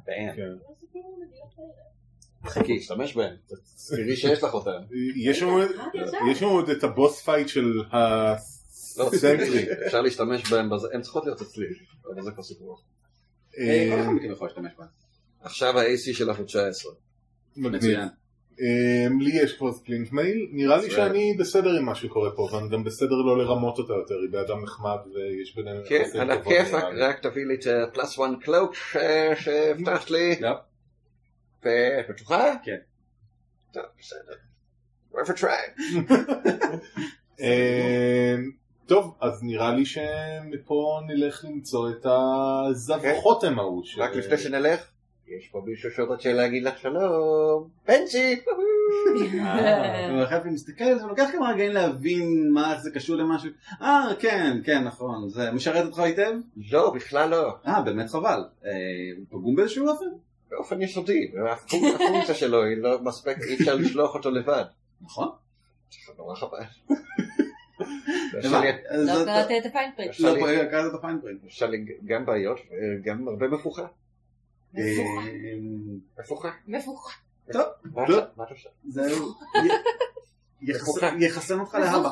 חכי, תשתמש בהם. תראי שיש לך אותם. יש לנו עוד את הבוס פייט של הסנטרי. אפשר להשתמש בהם, הן צריכות להיות אצלי. אבל זה כבר סיפור. כל אחד מכם יכול להשתמש בהם. עכשיו ה-איי סי שלך הוא תשע עשרה. מצוין. לי יש כבר ספלינט מייל, נראה לי שאני בסדר עם מה שקורה פה, ואני גם בסדר לא לרמות אותה יותר, היא באדם נחמד ויש בינינו... כן, על הכיפק, רק תביא לי את פלאס וואן קלוק שהבטחת לי. ובטוחה? כן. טוב, בסדר. worth a try. טוב, אז נראה לי שמפה נלך למצוא את הזב חותם ההוא. רק לפני שנלך, יש פה מישהו שרוצה להגיד לך שלום. בנצ'י! אני מסתכל, זה לוקח כמה רגעים להבין מה זה קשור למשהו. אה, כן, כן, נכון. זה משרת אותך היטב? לא, בכלל לא. אה, באמת חבל. פגום באיזשהו אופן? באופן יסודי. הפונקציה שלו היא לא מספק, אי אפשר לשלוח אותו לבד. נכון. נורא חבל. לא קראתי את הפיינפרינט. לא, קראתי את הפיינפרינט. יש לי גם בעיות וגם הרבה מפוחה. מפוחה. מפוחה. טוב. מה את עושה? זהו. יחסן אותך להבא.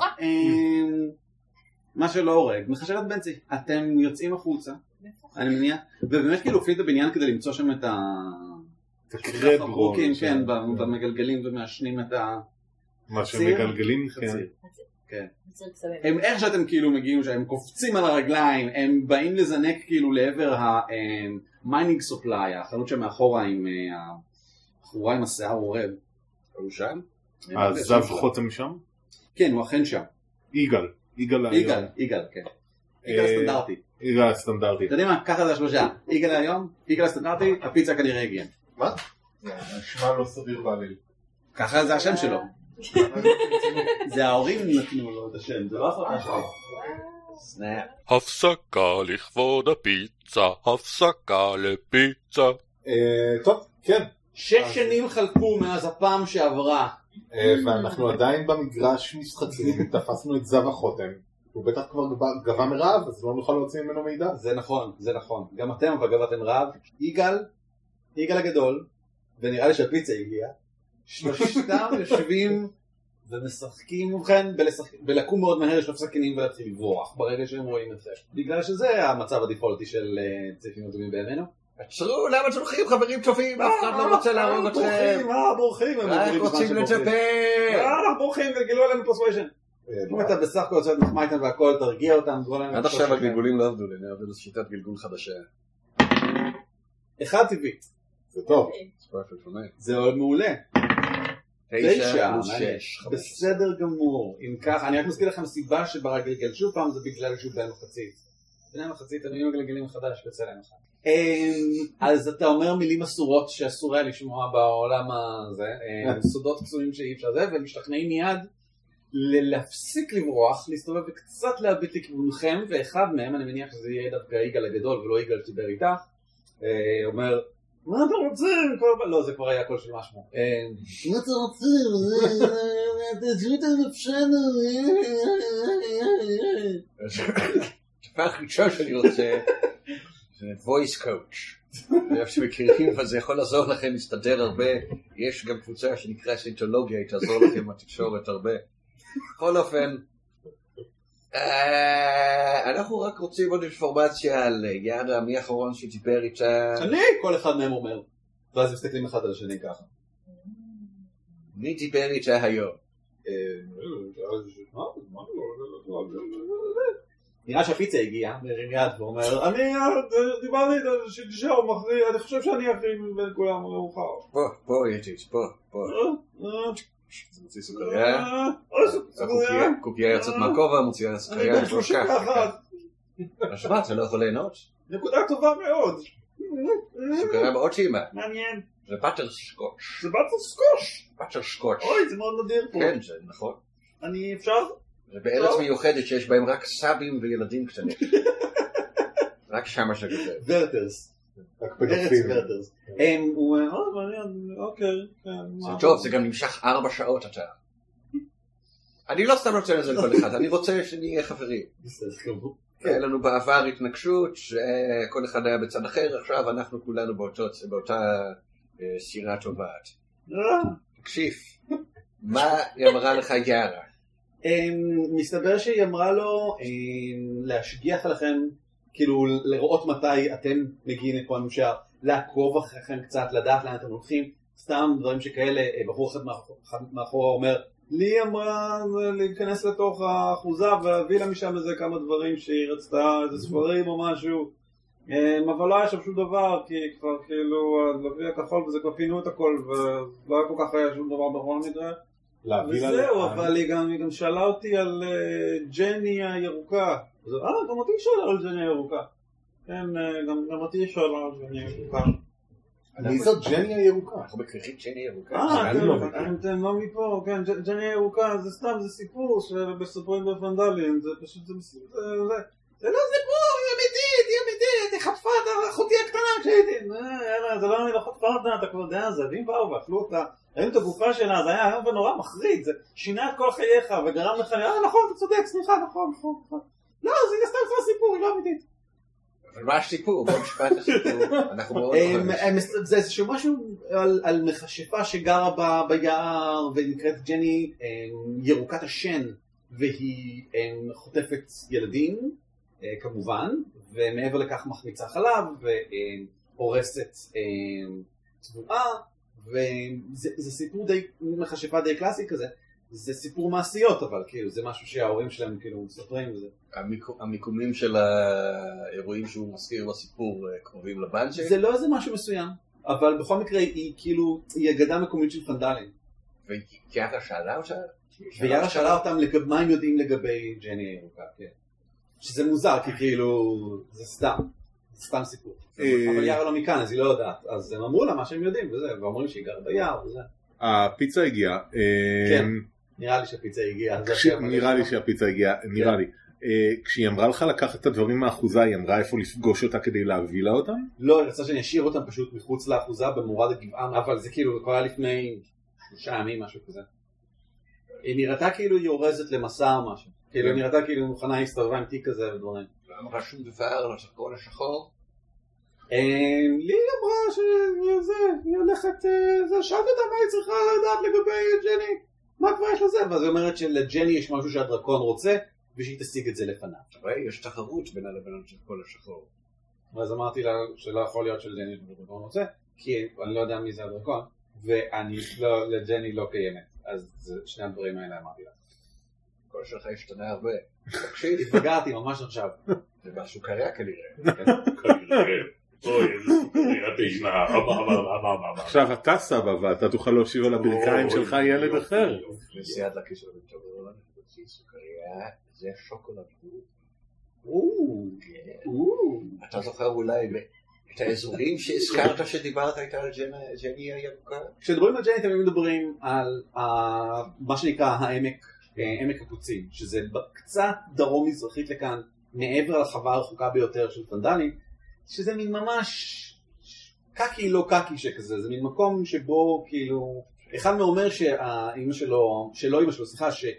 מה שלא הורג. מחשבת בנצי. אתם יוצאים החוצה. אני מניח. ובאמת כאילו הופעים את הבניין כדי למצוא שם את הקרד הברוקים, כן, במגלגלים ומעשנים את ה... מה שמגלגלים, כן. הם איך שאתם כאילו מגיעים, שהם קופצים על הרגליים, הם באים לזנק כאילו לעבר המיינינג סופליי, החנות שמאחורה עם החורה עם השיער עורב. הוא שם? הזב חותם שם? כן, הוא אכן שם. יגאל. יגאל היום. יגאל, יגאל, כן. יגאל הסטנדרטי. יגאל הסטנדרטי. אתה יודע מה? ככה זה השלושה. יגאל היום, יגאל הסטנדרטי, הפיצה כנראה הגיעה. מה? נשמע לא סביר בעליל. ככה זה השם שלו. זה ההורים נתנו לו את השם, זה לא החלטה שלו. סנאפ. הפסקה לכבוד הפיצה, הפסקה לפיצה. טוב, כן. שש שנים חלפו מאז הפעם שעברה. ואנחנו עדיין במגרש משחקים, תפסנו את זב החותם. הוא בטח כבר גבה מרעב, אז לא נוכל להוציא ממנו מידע. זה נכון, זה נכון. גם אתם אבל גבתם רעב. יגאל, יגאל הגדול, ונראה לי שהפיצה הגיעה. שלושתם יושבים ומשחקים, ובכן, בלקום מאוד מהר, לשלוף סכינים ולהתחיל לברוח ברגע שהם רואים את זה. בגלל שזה המצב הדיפולטי של צעיפים אדומים בימינו. עצרו, למה אתם הולכים חברים טובים? אף אחד לא רוצה להרוג אתכם. מה בורחים? רק רוצים לצ'פר. אנחנו בורחים וגילו עלינו פרסוויישן. אם אתה בסך הכל יוצא נחמא איתם והכל, תרגיע אותם. עד עכשיו הגלגולים לא עבדו לי, אני עובד לשיטת גלגול חדשה. אחד טבעי. זה טוב. זה עוד מעולה. תשע, בסדר גמור. אם כך, אני רק מזכיר לכם סיבה שברק גלגל שוב פעם, זה בגלל שהוא בן מחצית. בן מחצית, אני מגלגלים מחדש, יוצא להם אחד. אז אתה אומר מילים אסורות שאסור היה לשמוע בעולם הזה, סודות קסומים שאי אפשר זה, ומשתכנעים מיד להפסיק לברוח, להסתובב וקצת להביט לכיוונכם, ואחד מהם, אני מניח שזה יהיה דווקא יגאל הגדול ולא יגאל שדיבר איתך, אומר, מה אתה רוצים? לא, זה כבר היה קול של משמו. מה אתה רוצים? תשאית על נפשנו. דבר ראשון שאני רוצה זה voice coach. אני חושב שמכירים וזה יכול לעזור לכם להסתדר הרבה. יש גם קבוצה שנקרא סינטולוגיה, היא תעזור לכם בתקשורת הרבה. בכל אופן, אנחנו רק רוצים עוד אינפורמציה על יאדה, מי האחרון שדיבר איתה. אני, כל אחד מהם אומר. ואז מסתכלים אחד על השני ככה. מי דיבר איתה היום? נראה שהפיצה הגיע, מרים יד ואומר, אני דיברתי איתה שתשאר מחזיר, אני חושב שאני הכי מבין כולם מאוחר. בוא, בוא יתיש, בוא, בוא. זה מוציא סוכריה. קוקיה יוצאת מהכובע, מוציאה סוכריה. אני בן שלושים ואחת. השבת, זה לא יכול ליהנות? נקודה טובה מאוד. סוכריה מאוד טעימה. מעניין. זה באטר סקוץ'. זה באטר סקוץ'. באטר סקוץ'. אוי, זה מאוד נדיר פה. כן, זה נכון. אני אפשר? זה בארץ מיוחדת שיש בהם רק סבים וילדים קטנים. רק שמה שגדל. ורטרס. ארץ ורטרס. הוא מאוד מעניין, אוקיי. זה טוב, זה גם נמשך ארבע שעות אתה. אני לא סתם רוצה לזה לכל אחד, אני רוצה שנהיה חברים. היה לנו בעבר התנגשות, כל אחד היה בצד אחר, עכשיו אנחנו כולנו באותה סירה טובעת. תקשיב, מה היא אמרה לך יארה? מסתבר שהיא אמרה לו להשגיח עליכם, כאילו לראות מתי אתם מגיעים לפה, אפשר לעקוב אחריכם קצת, לדעת לאן אתם הולכים, סתם דברים שכאלה. בחור אחד מאחורה אומר, לי אמרה להיכנס לתוך האחוזה ולהביא לה משם איזה כמה דברים שהיא רצתה, איזה ספרים או משהו, אבל לא היה שם שום דבר, כי כבר כאילו הלוי הכחול וזה כבר פינו את הכל ולא היה כל כך היה שום דבר בכל מקרה. וזהו, אבל היא גם שאלה אותי על ג'ני הירוקה. אה, גם אותי שאלה על ג'ני הירוקה. כן, גם אותי שאלה על ג'ני הירוקה. מי זאת ג'ני הירוקה? אנחנו מכירים ג'ני הירוקה. אה, אתם לא מפה, כן, ג'ני הירוקה זה סתם, זה סיפור שבסופרים בפנדלים, זה פשוט, זה לא סיפור, היא אמיתית, היא אמיתית, היא חטפה את אחותי הקטנה כשהייתי. זה לא, אני לא חטפה אותה, אתה כבר יודע, הזאבים באו ואכלו אותה. ראינו את הגופה שלה, זה היה היום ונורא מחריד, זה שינה את כל חייך וגרם לך, אה נכון, אתה צודק, סליחה, נכון, נכון, נכון. לא, זה סתם סתם סיפור, היא לא אמיתית. אבל מה הסיפור? בוא נשפט הסיפור, אנחנו מאוד חודש. זה איזשהו משהו על מכשפה שגרה ביער ונקראת ג'ני ירוקת השן, והיא חוטפת ילדים, כמובן, ומעבר לכך מחמיצה חלב, והורסת תבואה, וזה סיפור די, מכשפה די קלאסי כזה, זה סיפור מעשיות אבל, כאילו, זה משהו שההורים שלהם כאילו מספרים וזה. המיקומים של האירועים שהוא מזכיר בסיפור קרובים לבנג'ה? זה לא איזה משהו מסוים, אבל בכל מקרה היא כאילו, היא אגדה מקומית של פנדלים. ויארה שאלה אותה? ויארה שאלה אותם לגב, מה הם יודעים לגבי ג'ני הירוקה, כן. שזה מוזר, כי כאילו, זה סתם, זה סתם סיפור. אבל יארה לא מכאן, אז היא לא יודעת. אז הם אמרו לה מה שהם יודעים, וזה, ואומרים שהיא גרה ביער, וזה. הפיצה הגיעה. כן, נראה לי שהפיצה הגיעה. נראה לי שהפיצה הגיעה, נראה לי. כשהיא אמרה לך לקחת את הדברים מהאחוזה, היא אמרה איפה לפגוש אותה כדי להביא לה אותם? לא, היא רצה שאני אשאיר אותם פשוט מחוץ לאחוזה במורד הגבעה, אבל זה כאילו, זה היה לפני שלושה ימים, משהו כזה. היא נראתה כאילו היא אורזת למסע או משהו. כאילו היא נראתה כאילו מוכנה להסתובבה עם תיק כזה ודברים. לא אמרה שום דבר על השחור השחור? לי אמרה שזה, היא הולכת, שאלת אותה מה היא צריכה לדעת לגבי ג'ני, מה כבר יש לזה? ואז היא אומרת שלג'ני יש משהו שהדרקון רוצה, ושהיא תשיג את זה לפניו. אבל יש תחרות בינה לבין השחור השחור. ואז אמרתי לה שלא יכול להיות שלג'ני הדרקון רוצה, כי אני לא יודע מי זה הדרקון, ואני לא, לג'ני לא קיימת. אז שני הדברים האלה אמרתי לה. כל שלך השתנה הרבה. תקשיב, התבגרתי ממש עכשיו. זה משהו קרע כנראה. כנראה. אוי, איזה סוכריה תשנה. עכשיו אתה סבא ואתה תוכל להושיב על הברכיים שלך ילד אחר. נסיעת לכיס של המתאברון, תוציא סוכריה, זה שוקולד. אתה זוכר אולי את האזורים שהזכרת שדיברת הייתה על ג'ני הירוקה? כשדברים על ג'ני תמיד מדברים על מה שנקרא העמק, עמק הקוצים, שזה קצת דרום מזרחית לכאן, מעבר לחווה הרחוקה ביותר של פנדלים, שזה מין ממש קקי לא קקי שכזה, זה מין מקום שבו כאילו, אחד מאומר שהאימא שלו, שלא אימא שלו, סליחה, ש...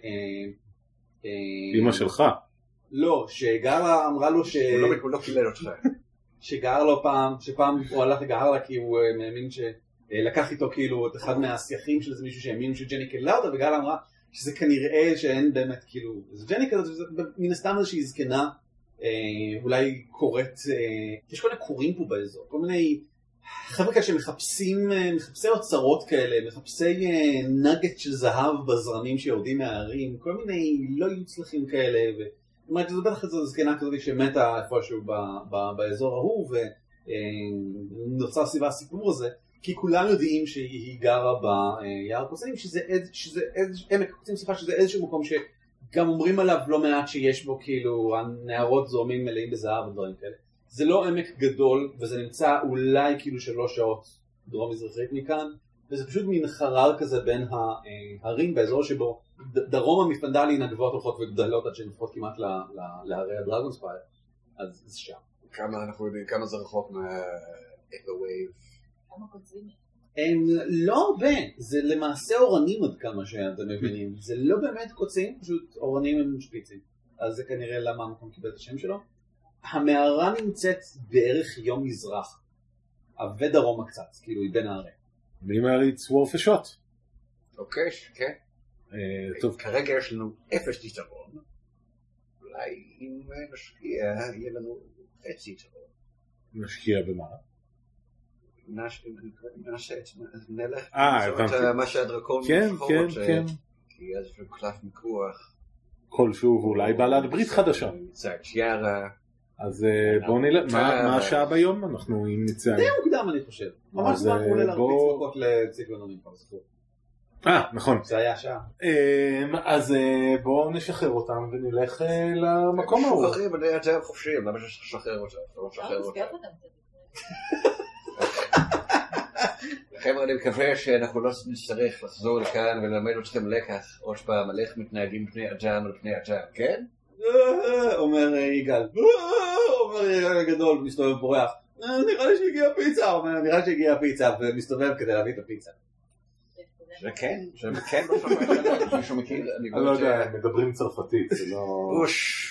אימא שלך? לא, שגרה אמרה לו ש... הוא לא קילל אותך. שגר לו פעם, שפעם הוא הלך לגר לה כי הוא מאמין שלקח איתו כאילו את אחד מהשיחים של איזה מישהו שהאמין שג'ני קיללה אותה, וגאלה אמרה שזה כנראה שאין באמת כאילו, זה ג'ני כזה, זה מן הסתם איזושהי זקנה, אולי קוראת, יש כל מיני קוראים פה באזור, כל מיני חבר'ה כאלה שמחפשים, מחפשי אוצרות כאלה, מחפשי נגט של זהב בזרמים שיורדים מהערים, כל מיני לא יוצלחים כאלה, ו... זאת אומרת, זה בטח איזו זקנה כזאת שמתה איפשהו באזור ההוא, ונוצר סביבה הסיפור הזה, כי כולם יודעים שהיא גרה ביער הקוצים, שזה עמק הקוצים, סליחה, שזה איזשהו מקום שגם אומרים עליו לא מעט שיש בו, כאילו, הנערות זורמים מלאים בזהב ודברים כאלה. זה לא עמק גדול, וזה נמצא אולי כאילו שלוש שעות דרום מזרחית מכאן, וזה פשוט מין חרר כזה בין ההרים באזור שבו דרומה מפנדלין הגבוהות הולכות וגדלות עד שנפחות כמעט להרי הדרגון ספייר, אז זה שם. כמה אנחנו יודעים, כמה זה רחוק מה-Echo Wave? כמה קוצבים? הם לא הרבה, זה למעשה אורנים עד כמה שאתם מבינים, זה לא באמת קוצים, פשוט אורנים הם שפיצים, אז זה כנראה למה המקום קיבל את השם שלו. המערה נמצאת בערך יום מזרח, ודרומה קצת, כאילו היא בין הערים. מי מעריץ וורף ושוט? אוקיי, כן. טוב. כרגע יש לנו אפס יתרון, אולי אם נשקיע יהיה לנו חצי יתרון. נשקיע במה? נעשה את נלך, מה שהדרקון לפחות, כי אז יש לנו קלף מיקוח. כלשהו ואולי בעלת ברית חדשה. נמצא את יארה. אז בואו נלך, מה השעה ביום? אנחנו אם נצא... די מוקדם אני חושב. ממש זמן מעולה להרביץ מכות לציקלונומים כבר זכות. אה, נכון. זה היה שעה. אז בואו נשחרר אותם ונלך למקום ההוא. שוחררים, אני אתם חופשיים, למה ששחרר אותם? לא שחרר אותם. חבר'ה, אני מקווה שאנחנו לא נצטרך לחזור לכאן וללמד אתכם לקח עוד פעם על איך מתנהגים בני אדם על פני אדם, כן? אומר יגאל, אומר יגאל הגדול, מסתובב פורח, נראה לי שהגיעה פיצה, אומר נראה לי שהגיעה פיצה, ומסתובב כדי להביא את הפיצה. זה כן, זה כן בסופו מישהו מכיר, אני לא יודע, מדברים צרפתית, זה לא... אוש!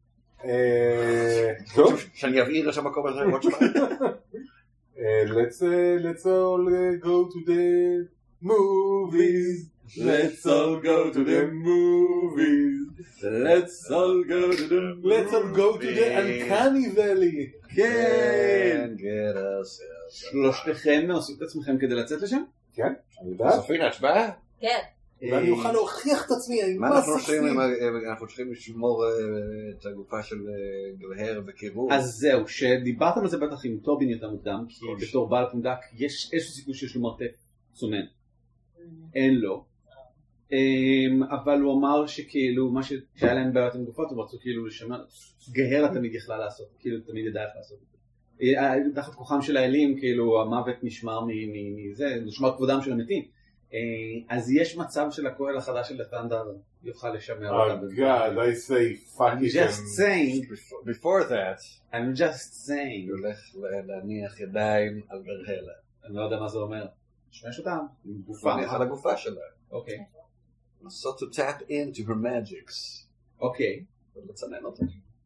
טוב? שאני אבעיר את המקום הזה עוד שבא? Let's uh, let's all uh, go to the movies. Let's all go to the movies. Let's all go to the... Let's all go to the uncanny valley. כן. get ourselves. שלושתכם עושים את עצמכם כדי לצאת לשם? כן, אני יודע. סופין, הצבעה? כן. ואני אוכל להוכיח את עצמי, אני מה אנחנו מסכים. עושים? אנחנו צריכים לשמור את הגופה של גלהר וקירור. אז זהו, שדיברתם על זה בטח עם טובין יותר מוקדם, כי בתור בעל פונדק יש איזשהו סיכוי שיש לו מרתף צונן. אין לו. אבל הוא אמר שכאילו, מה שהיה להם בעיות עם גופות, הוא רצו כאילו לשמר, גהרה תמיד יכלה לעשות, כאילו תמיד ידע איך לעשות את זה. תחת כוחם של האלים, כאילו המוות נשמר מזה, נשמר כבודם של המתים. אז יש מצב של הכהל החדש של התנדר יוכל לשמר אותם. Oh God, I say fuck I'm it. just saying, Before that, I'm just saying. הוא הולך להניח ידיים על גלהרה. אני לא יודע מה זה אומר. שמש אותם, עם גופה. להניח על הגופה שלה. אוקיי. So to tap into her magics. אוקיי. ולצנן אותה.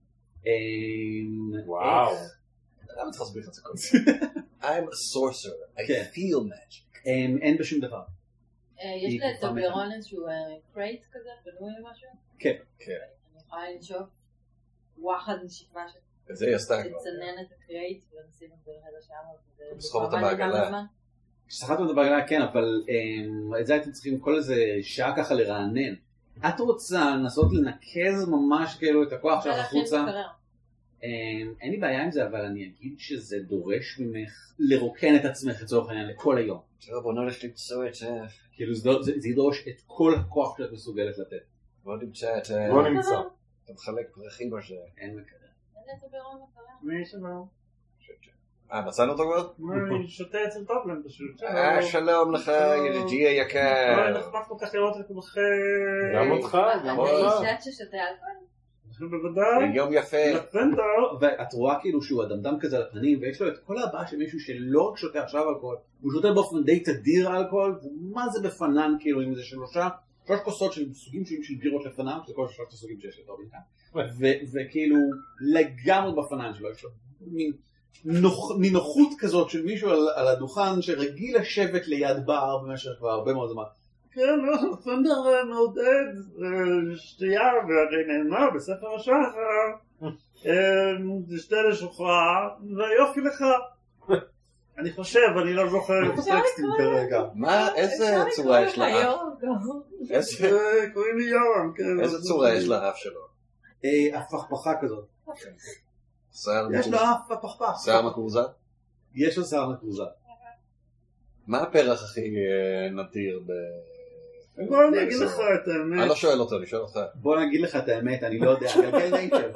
וואו. למה צריך להסביר את זה כל I'm a sorcerer. I כן. feel magic. אין בשום דבר. יש לה את הבירון איזשהו קרייט כזה, בנוי משהו? כן. כן. אני יכולה לנשוף וואחד נשיפה את זה היא עשתה כבר. לצנן את הקרייט ולשים את זה לחדר שם. לסחוב אותה בעגלה. כששחקתם את בעגלה כן, אבל את זה הייתם צריכים כל איזה שעה ככה לרענן. את רוצה לנסות לנקז ממש כאילו את הכוח שלך החוצה? אין לי בעיה עם זה, אבל אני אגיד שזה דורש ממך לרוקן את עצמך לצורך העניין לכל היום. טוב, בוא נולך למצוא את זה. כאילו זה ידרוש את כל הכוח שאת מסוגלת לתת. בוא נמצא את זה. בוא נמצא. אתה מחלק פרחים או זה. אין מקדם. אין את הבירון מקרה. מי שמע? אה, מצאנו אותו כבר? אני שותה אצל טובלן פשוט. אה, שלום לך, ידידי היקר. לא נחמד כל כך לראות את כולכם. גם אותך, גם אתה אותך. אישה ששותה אלכוהול? בוודאי. יום יפה. לפנדר. ואת רואה כאילו שהוא אדמדם כזה על הפנים, ויש לו את כל הבאה של מישהו שלא רק שותה עכשיו אלכוהול, הוא שותה באופן די תדיר אלכוהול, ומה זה בפנן כאילו, אם זה שלושה, שלוש כוסות של סוגים שונים של בירות לפניו, זה כל שלושת הסוגים שיש לטוב איתה, וכאילו לגמרי בפנן שלו, יש לו מין נינוחות כזאת של מישהו על הדוכן שרגיל לשבת ליד בר במשך כבר הרבה מאוד זמן. כן, פנדר מעודד שתייה והרי נאמר בספר השחר תשתה לשוכרה ויופי לך. אני חושב, אני לא זוכר את הטקסטים כרגע. מה, איזה צורה יש לאף? קוראים לי יורם. איזה צורה יש לאף שלו? הפכפכה כזאת. יש לו אף הפכפך. שיער מקורזל? יש לו שיער מקורזל. מה הפרח הכי נדיר ב... בוא אני אגיד לך את האמת. אני לא שואל אותו, אני שואל אותך. בוא נגיד לך את האמת, אני לא יודע, גלגל נייצ'ר.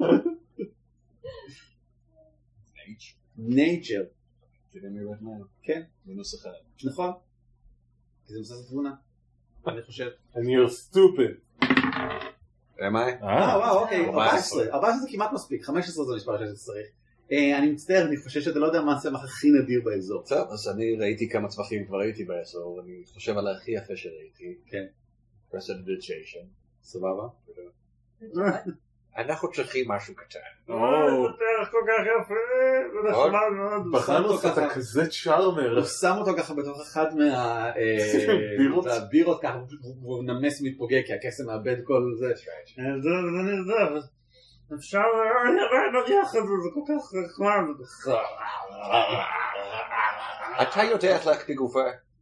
נייצ'ר. כן. מינוס אחד. נכון. כי זה מבסס התבונה. אני חושב. And you're stupid. am I? אה וואו אוקיי, ארבע ארבע עשרה. עשרה. ארבע עשרה זה כמעט מספיק, חמש עשרה זה משפר שצריך. אני מצטער, אני חושב שאתה לא יודע מה הצמח הכי נדיר באזור. טוב, אז אני ראיתי כמה צמחים כבר ראיתי באזור, אני חושב על הכי יפה שראיתי. כן. פרסנדיצ'יישן. סבבה? אנחנו צריכים משהו קטן. זה פרח כל כך יפה, זה נחמד מאוד. בחרנו אותך, אתה כזה צ'ארמר. הוא שם אותו ככה בתוך אחד מהבירות ככה, והוא נמס מתפוגע כי הקסם מאבד כל זה. זה נרדף. אפשר להריח את זה, זה כל כך נחמד. אתה יודע איך להקפיא גופה?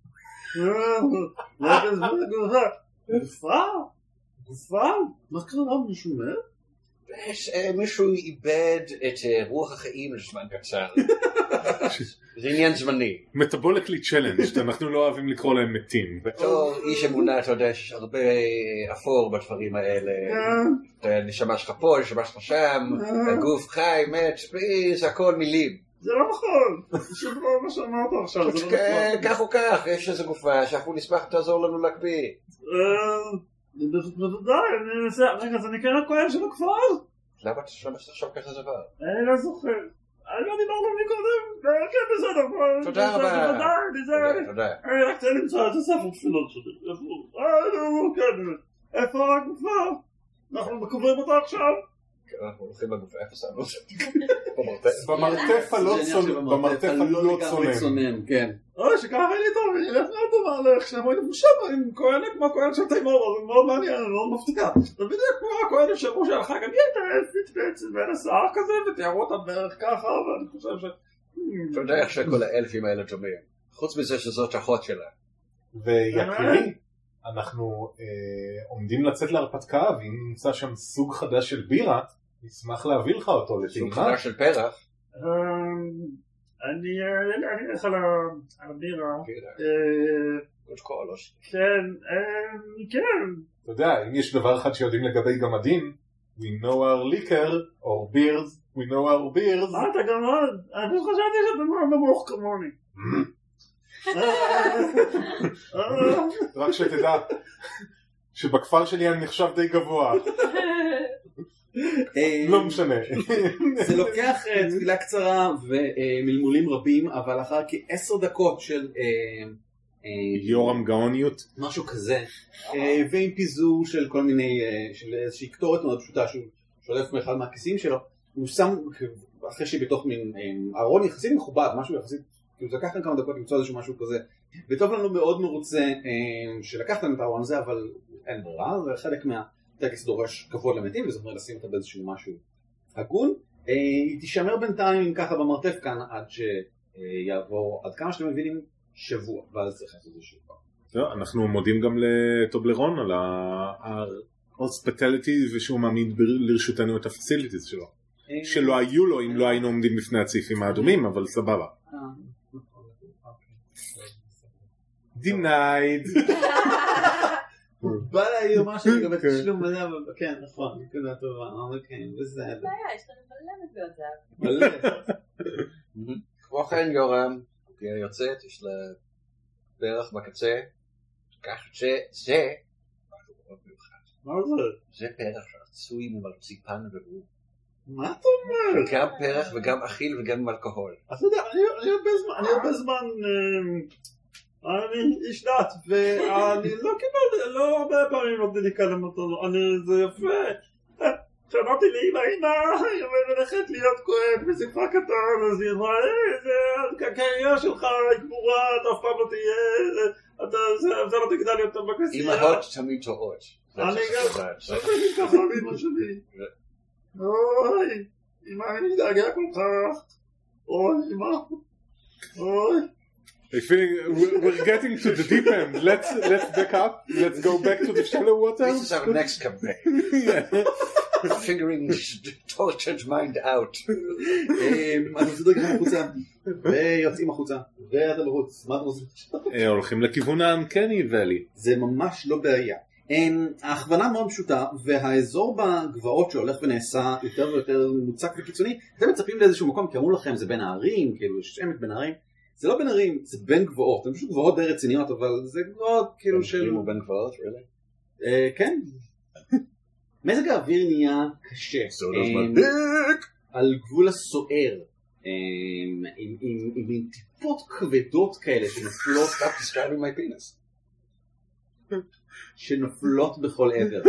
לא יודע זה גופה. גופה? גופה? מה קרה מישהו מת? מישהו איבד את רוח החיים לזמן קצר. זה עניין זמני. מטאבוליקלי צ'לנג'ד, אנחנו לא אוהבים לקרוא להם מתים. בתור איש אמונה אתה יודע שיש הרבה אפור בדברים האלה. נשמה שלך פה, נשמה שלך שם, הגוף חי, מת, זה הכל מילים. זה לא נכון, זה לא מה שאמרת עכשיו, זה לא נכון. כך או כך, יש איזו גופה שאנחנו נשמח תעזור לנו להקפיא. בוודאי, אני אנסה, רגע, זה נקרא הכהן של הכפר? למה אתה שתחשוב כזה דבר? אני לא זוכר. אני לא דיברנו מקודם, כן בסדר. תודה רבה. תודה. אני רק צריך למצוא את הספר תפילות שלי. איפה? איפה הכפר? אנחנו מקוברים אותו עכשיו? אנחנו הולכים לגוף אפס ענות. במרתף הלא צונן. כן. אוי, שככה לי טוב, אני אלך עוד דבר לך, שאמרו לי, מושב, עם כהן כמו הכהן של תימור, זה מאוד מעניין, מאוד מפתיע. זה בדיוק כמו הכהן שבו שהלכה, גם היא הייתה אלפית בעצם בין השיער כזה, ותיארו אותה בערך ככה, ואני חושב ש... אתה יודע איך שכל האלפים האלה דומים. חוץ מזה שזאת אחות שלה. ויקירי, אנחנו עומדים לצאת להרפתקה, ואם נמצא שם סוג חדש של בירה, נשמח להביא לך אותו לטעימה. סוג חדש של פרח. אני אלך על הבירה. כן, כן. אתה יודע, אם יש דבר אחד שיודעים לגבי גמדים, we know our liquor, or beers, we know our beers. מה אתה גמד? אני חשבתי שאתה מאוד נמוך כמוני. רק שתדע שבכפר שלי אני נחשב די גבוה. לא משנה. זה לוקח תפילה קצרה ומלמולים רבים, אבל אחר כעשר דקות של יורם גאוניות, משהו כזה, ועם פיזור של כל מיני, של איזושהי קטורת מאוד פשוטה שהוא שולף מאחד מהכיסים שלו, הוא שם אחרי שבתוך מין ארון יחסית מכובד, משהו יחסית, כאילו זה לקח כמה דקות למצוא איזשהו משהו כזה, וטוב לנו מאוד מרוצה שלקחתם את הארון הזה, אבל אין ברירה, זה חלק מהטקס דורש כבוד למתים, וזה אומר לשים אותה באיזשהו משהו הגון. היא תישמר בינתיים ככה במרתף כאן עד שיעבור, עד כמה שאתם מבינים, שבוע, ואז צריך לעשות איזשהו פעם. אנחנו מודים גם לטובלרון על ה-hospitality ושהוא מעמיד לרשותנו את הפסיליטיז שלו. שלא היו לו אם לא היינו עומדים בפני הצעיפים האדומים, אבל סבבה. denied. בא להעיר משהו לגבי תשלום מלא, אבל כן, נכון, נקודה טובה, אוקיי, בסדר. בעיה, יש לנו מלא מטבעות זהב. כמו כן יורם, תהיה יוצאת, יש לה פרח בקצה, כך שזה משהו מאוד מיוחד. מה זה? זה פרח שעצוי ממרציפן והוא. מה אתה אומר? גם פרח וגם אכיל וגם אלכוהול. אתה יודע, אני הרבה זמן, אני איש דת, ואני לא קיבלתי, לא הרבה פעמים נותנים לי כאלה מתנות, זה יפה. שאמרתי לאמא, אמא, היא אומרת ללכת להיות כהן בספרה קטן, אז היא אמרה, זה הקריירה שלך, היא גמורה, אתה אף פעם לא תהיה, זה לא תגדל להיות טוב בכנסייה. אמהות תמיד טועות. אני גם, אני ככה לאמא שלי. אוי, אמא, אני מתגעגע כל כך. אוי, אמא. אוי. I think we're getting to the deep end. Let's let's back up. Let's go back to the shallow water. This is our next campaign. Figuring tortured mind out. אנחנו מסתדרים גם החוצה, ויוצאים החוצה, ואתה בחוץ. מה אתה עושה? הולכים לכיוון האנקני ואלי. זה ממש לא בעיה. ההכוונה מאוד פשוטה, והאזור בגבעות שהולך ונעשה יותר ויותר מוצק וקיצוני, אתם מצפים לאיזשהו מקום, כי אמרו לכם, זה בין הערים, כאילו יש עמק בין הערים. זה לא בין ערים, זה בין גבעות, זה פשוט גבעות די רציניות, אבל זה גבעות כאילו של... כאילו בין גבעות, really? כן. מזג האוויר נהיה קשה. על גבול הסוער, עם טיפות כבדות כאלה שנופלות... Stop describing my penis. שנופלות בכל עבר.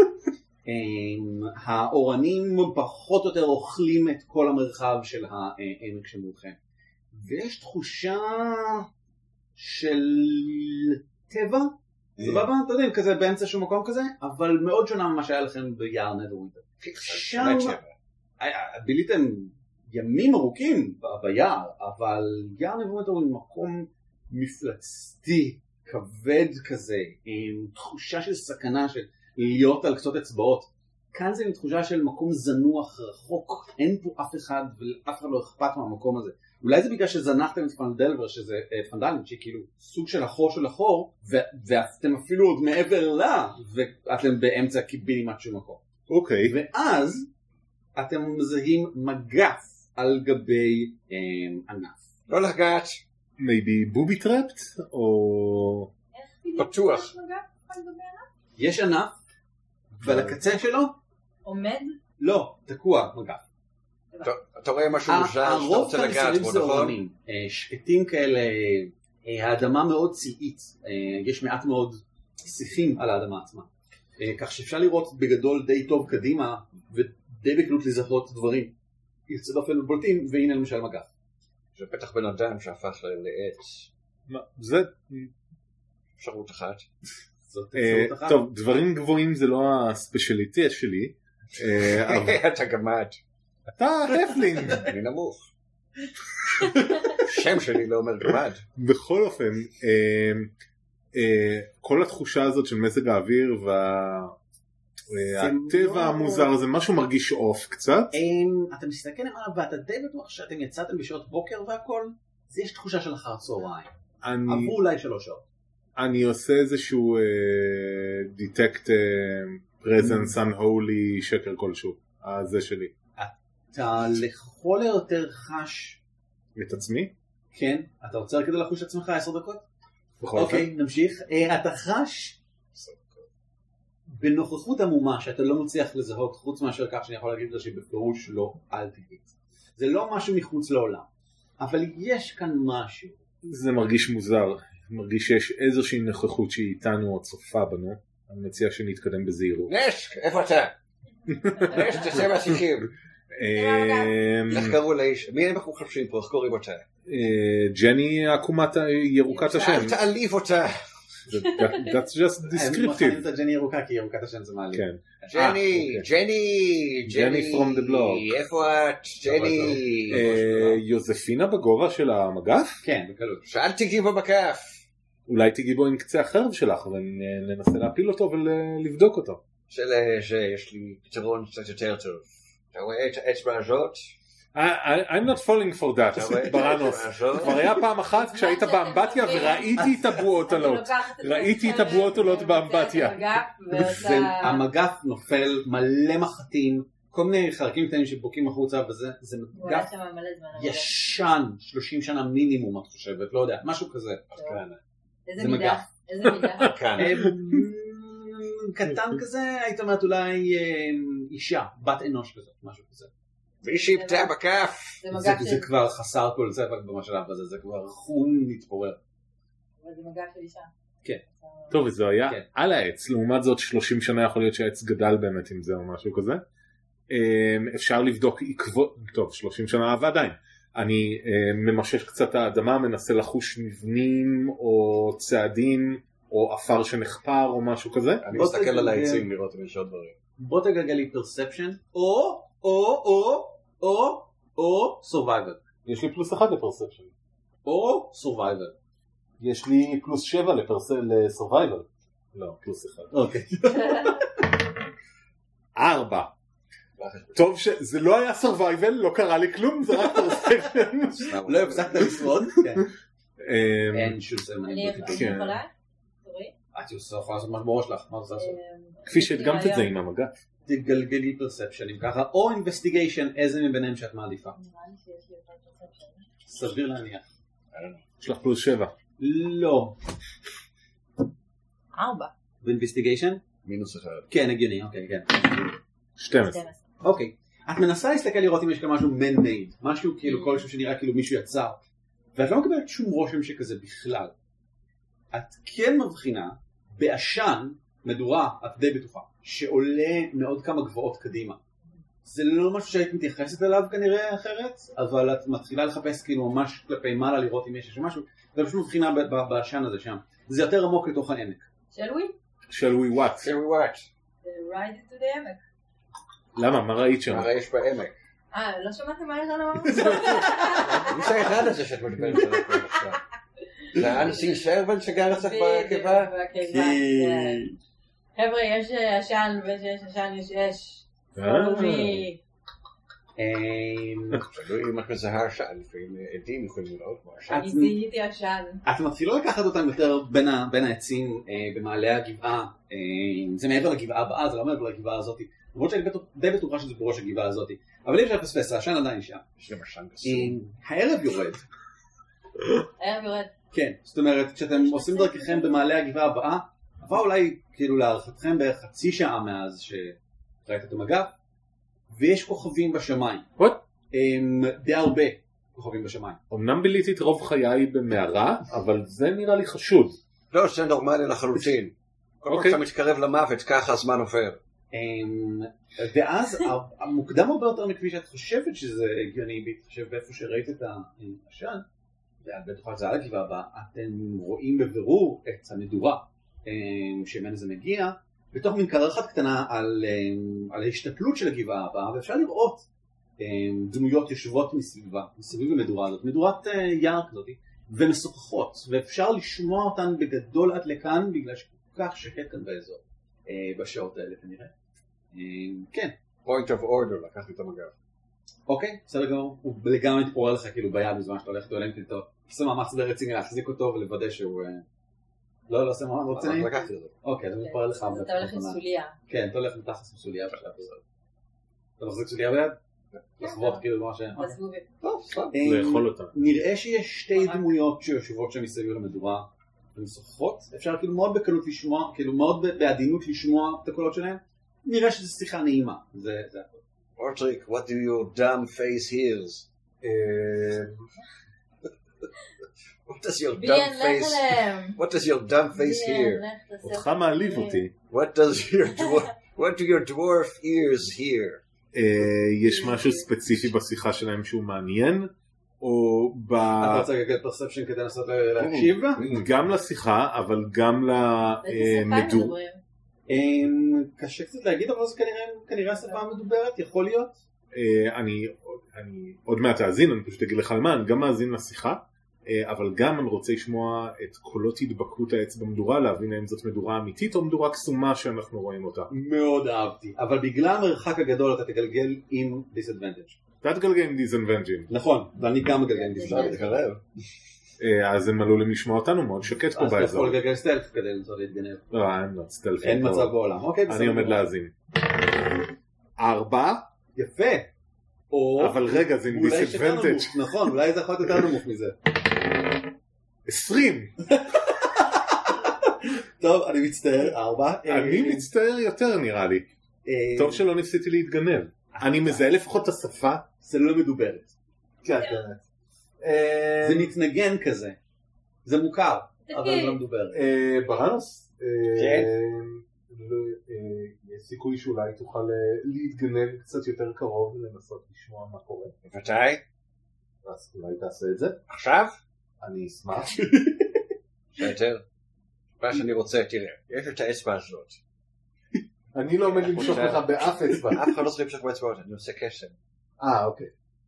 האורנים פחות או יותר אוכלים את כל המרחב של העמק שמולכם. ויש תחושה של טבע, סבבה, אתה יודעים, כזה באמצע שום מקום כזה, אבל מאוד שונה ממה שהיה לכם ביער נדרווינטר. שם ביליתם ימים ארוכים ביער, אבל יער נדרווינטר הוא מקום מפלצתי, כבד כזה, עם תחושה של סכנה של להיות על קצות אצבעות. כאן זה עם תחושה של מקום זנוח, רחוק, אין פה אף אחד ואף אחד לא אכפת מהמקום הזה. אולי זה בגלל שזנחתם את פנדלבר, שזה פנדלים, שהיא כאילו סוג של החור של החור, ואתם אפילו עוד מעבר לה, ואתם באמצע קיבילים עד שום מקום. אוקיי. ואז אתם מזהים מגף על גבי ענף. לא לגעת. maybe booby trapped, או... פתוח. יש ענף, ועל הקצה שלו? עומד? לא, תקוע מגף. אתה רואה משהו מוזר שאתה רוצה לגעת בו, נכון? שקטים כאלה, האדמה מאוד צילית, יש מעט מאוד שיחים על האדמה עצמה, כך שאפשר לראות בגדול די טוב קדימה, די בקלות לזהות דברים יוצא דופן בולטים, והנה למשל מגף. זה בטח בן אדם שהפך לעץ. זה... אפשרות אחת. זאת אפשרות אחת. טוב, דברים גבוהים זה לא הספיישליטיה שלי. אתה גמד. אתה הפלינג. אני נמוך. שם שלי לא אומר גמד. בכל אופן, כל התחושה הזאת של מזג האוויר והטבע המוזר הזה, משהו מרגיש אוף קצת. אתה מסתכל למעלה ואתה די בטוח שאתם יצאתם בשעות בוקר והכל, אז יש תחושה של אחר צהריים. עברו אולי שלוש שעות. אני עושה איזשהו detect presence unholy שקר כלשהו. זה שלי. אתה לכל היותר חש את עצמי? כן. אתה רוצה כדי לחוש עצמך עשר דקות? בכל אופן. אוקיי, נמשיך. אתה חש בנוכחות עמומה שאתה לא מצליח לזהות, חוץ מאשר כך שאני יכול להגיד לה שבפירוש לא על טבעית. זה לא משהו מחוץ לעולם. אבל יש כאן משהו. זה מרגיש מוזר. מרגיש שיש איזושהי נוכחות שהיא איתנו או צופה בנו. אני מציע שנתקדם בזהירות. נשק, איפה אתה? נשק, תצא מהשיחים. איך קראו לאיש? מי הם אנחנו חושבים פה? איך קוראים אותה? ג'ני עקומת ירוקת השם. אל תעליב אותה. That's just הם descriptive. מכנים את הג'ני ירוקה כי ירוקת השם זה מעלים. כן. ג'ני, ג'ני, ג'ני from the block. איפה את? ג'ני. יוזפינה בגובה של המגף? כן, בקלות. שאל תיגעי בו בכף. אולי תגיעי בו עם קצה החרב שלך וננסה להפיל אותו ולבדוק אותו. שיש לי פתרון קצת יותר טוב. אתה רואה את האצבע הזאת? I'm not falling for that, ברנוס. כבר היה פעם אחת כשהיית באמבטיה וראיתי את הבועות עולות. ראיתי את הבועות עולות באמבטיה. המגף נופל מלא מחטים, כל מיני חלקים קטנים שבוקעים החוצה, וזה מגף ישן, שלושים שנה מינימום את חושבת, לא יודע, משהו כזה. איזה מידה? איזה מידה? קטן כזה, היית אומרת אולי אישה, בת אנוש כזה, משהו כזה. מישהי פתעה בכף. זה כבר חסר כל צבע במשלב הזה, זה כבר חום מתפורר. אבל זה מגע של אישה. כן. טוב, וזה היה על העץ, לעומת זאת שלושים שנה יכול להיות שהעץ גדל באמת עם זה או משהו כזה. אפשר לבדוק עקבות, טוב, שלושים שנה עבד עדיין. אני ממשש קצת האדמה, מנסה לחוש מבנים או צעדים או אפר שנחפר או משהו כזה. אני מסתכל על העצים לראות אם יש עוד דברים. בוא תגלגל לי פרספשן, או, או, או, או, או, survival. יש לי פלוס אחד לפרספשן. או survival. יש לי פלוס שבע לסורווייבל. לא, פלוס אחד. אוקיי. ארבע. טוב שזה לא היה survival, לא קרה לי כלום, זה רק פרספשן. לא הפסקת לשרוד? כן. אין שום סמנים. אני יכולה? את יכולה לעשות מה בראש לך, מה רוצה לעשות? כפי שהדגמת את זה עם המגע. תגלגלי פרספשנים ככה, או אינבסטיגיישן, איזה מביניהם שאת מעדיפה? נראה לי שיש לי יותר פרספשן. סביר להניח. יש לך פלוס שבע. לא. ארבע. ואינבסטיגיישן? מינוס אחד. כן, הגיוני, אוקיי, כן. שתים עשרה. אוקיי. את מנסה להסתכל לראות אם יש כאן משהו man-made, משהו כאילו כלשהו שנראה כאילו מישהו יצר, ואת לא מקבלת שום רושם שכזה בכלל. את כן מבחינה בעשן מדורה, את די בטוחה, שעולה מאוד כמה גבוהות קדימה. זה לא משהו שהיית מתייחסת אליו כנראה אחרת, אבל את מתחילה לחפש כאילו ממש כלפי מעלה לראות אם יש שם משהו, ופשוט מבחינה בעשן הזה שם. זה יותר עמוק לתוך העמק. Shall we? Shall we what? Shall we what? Ride it to the עמק. למה? מה ראית שם? מה יש בעמק? אה, לא שמעתם מה יש לנו? מי זה האחד הזה שאת מדברת עליו כל עכשיו? זה האנסין שרבל שגר אצלך בקיבה? בקיבה, כן. חבר'ה, יש עשן ושיש עשן יש אש. תלוי אם את מזהה עשן, לפעמים עדים יכולים לראות כמו עשן. אני זיהיתי עשן. את מתחילה לקחת אותם יותר בין העצים במעלה הגבעה, זה מעבר לגבעה הבאה, זה לא מעבר לגבעה הזאת, למרות שאני די בטוחה שזה בראש הגבעה הזאת, אבל אי אפשר לפספס, העשן עדיין שם. יש גם עשן גסום. הערב יורד. הערב יורד. כן, זאת אומרת, כשאתם עושים דרככם במעלה הגבעה הבאה, עבר אולי כאילו להערכתכם בערך חצי שעה מאז שראית את המגע, ויש כוכבים בשמיים. What? די הרבה כוכבים בשמיים. אמנם ביליתי את רוב חיי במערה, אבל זה נראה לי חשוד. לא, זה נורמלי לחלוטין. כל פעם שאתה מתקרב למוות, ככה הזמן עובר. ואז המוקדם הרבה יותר מכפי שאת חושבת שזה הגיוני בהתחשב באיפה שראית את העשן, ואת בטוחה זה על הגבעה הבאה, אתם רואים בבירור את המדורה שממנה זה מגיע, בתוך מין קרחת קטנה על, על ההשתפלות של הגבעה הבאה, ואפשר לראות דמויות יושבות מסביבה, מסביב למדורה הזאת, מדורת יער כזאת, ומשוחחות, ואפשר לשמוע אותן בגדול עד לכאן, בגלל שכל כך שקט כאן באזור, בשעות האלה כנראה. כן. point of order, לקחתי את המגב. אוקיי, בסדר גמור, הוא לגמרי מתפורר לך כאילו ביד בזמן שאתה הולך תואלם כי אתה עושה מאמץ די רציני להחזיק אותו ולוודא שהוא... לא, לא עושה מאמץ רציני? לקחתי את זה. אוקיי, אז הוא מתפורר לך. אז אתה הולך עם סוליה. כן, אתה הולך מתחת עם סוליה בשלב הזה. אתה מחזיק סוליה ביד? לחוות כאילו מה ש... לאכול אותה. נראה שיש שתי דמויות שיושבות שם מסביב למדורה ומשוחחות. אפשר כאילו מאוד בקלות לשמוע, כאילו מאוד בעדינות לשמוע את הקולות שלהם. נראה שזו שיחה נעימה. זה הכל. Ortrick, what do your dumb face hears? What does your dumb face... What does your dumb face hear? אותך מעליב אותי. What does your dwarf... What do your dwarf ears hear? יש משהו ספציפי בשיחה שלהם שהוא מעניין? או ב... אתה רוצה לגלל פרספשן כדי לנסות להקשיב? גם לשיחה, אבל גם למדור. קשה קצת להגיד, אבל זה כנראה השפה המדוברת, יכול להיות? אני עוד מעט אאזין, אני פשוט אגיד לך למה, אני גם מאזין לשיחה, אבל גם אני רוצה לשמוע את קולות התבקעות העץ במדורה, להבין האם זאת מדורה אמיתית או מדורה קסומה שאנחנו רואים אותה. מאוד אהבתי, אבל בגלל המרחק הגדול אתה תגלגל עם disadvantage. אתה תגלגל עם disadvantage. נכון, ואני גם מגלגל עם disadvantage. אז הם עלולים לשמוע אותנו מאוד שקט פה באזור. אז אתה יכול לגלגל סטלף כדי לנסות להתגנב. לא, אין לא סטלף. אין מצב בעולם. אני עומד להאזין. ארבע. יפה. אבל רגע, זה עם disadvantage. נכון, אולי זה יכול להיות יותר נמוך מזה. עשרים. טוב, אני מצטער, ארבע. אני מצטער יותר נראה לי. טוב שלא ניסיתי להתגנב. אני מזהה לפחות את השפה. זה לא מדוברת. כן, כן. זה מתנגן כזה. זה מוכר, אבל לא מדובר. ברנוס? יש סיכוי שאולי תוכל להתגנב קצת יותר קרוב ולנסות לשמוע מה קורה. מתי? אז אולי תעשה את זה. עכשיו? אני אשמח. יותר. מה שאני רוצה, תראה, יש את האצבע הזאת. אני לא עומד למשוך לך באף אצבע. אף אחד לא צריך למשוך באצבעות, אני עושה קסם. אה, אוקיי.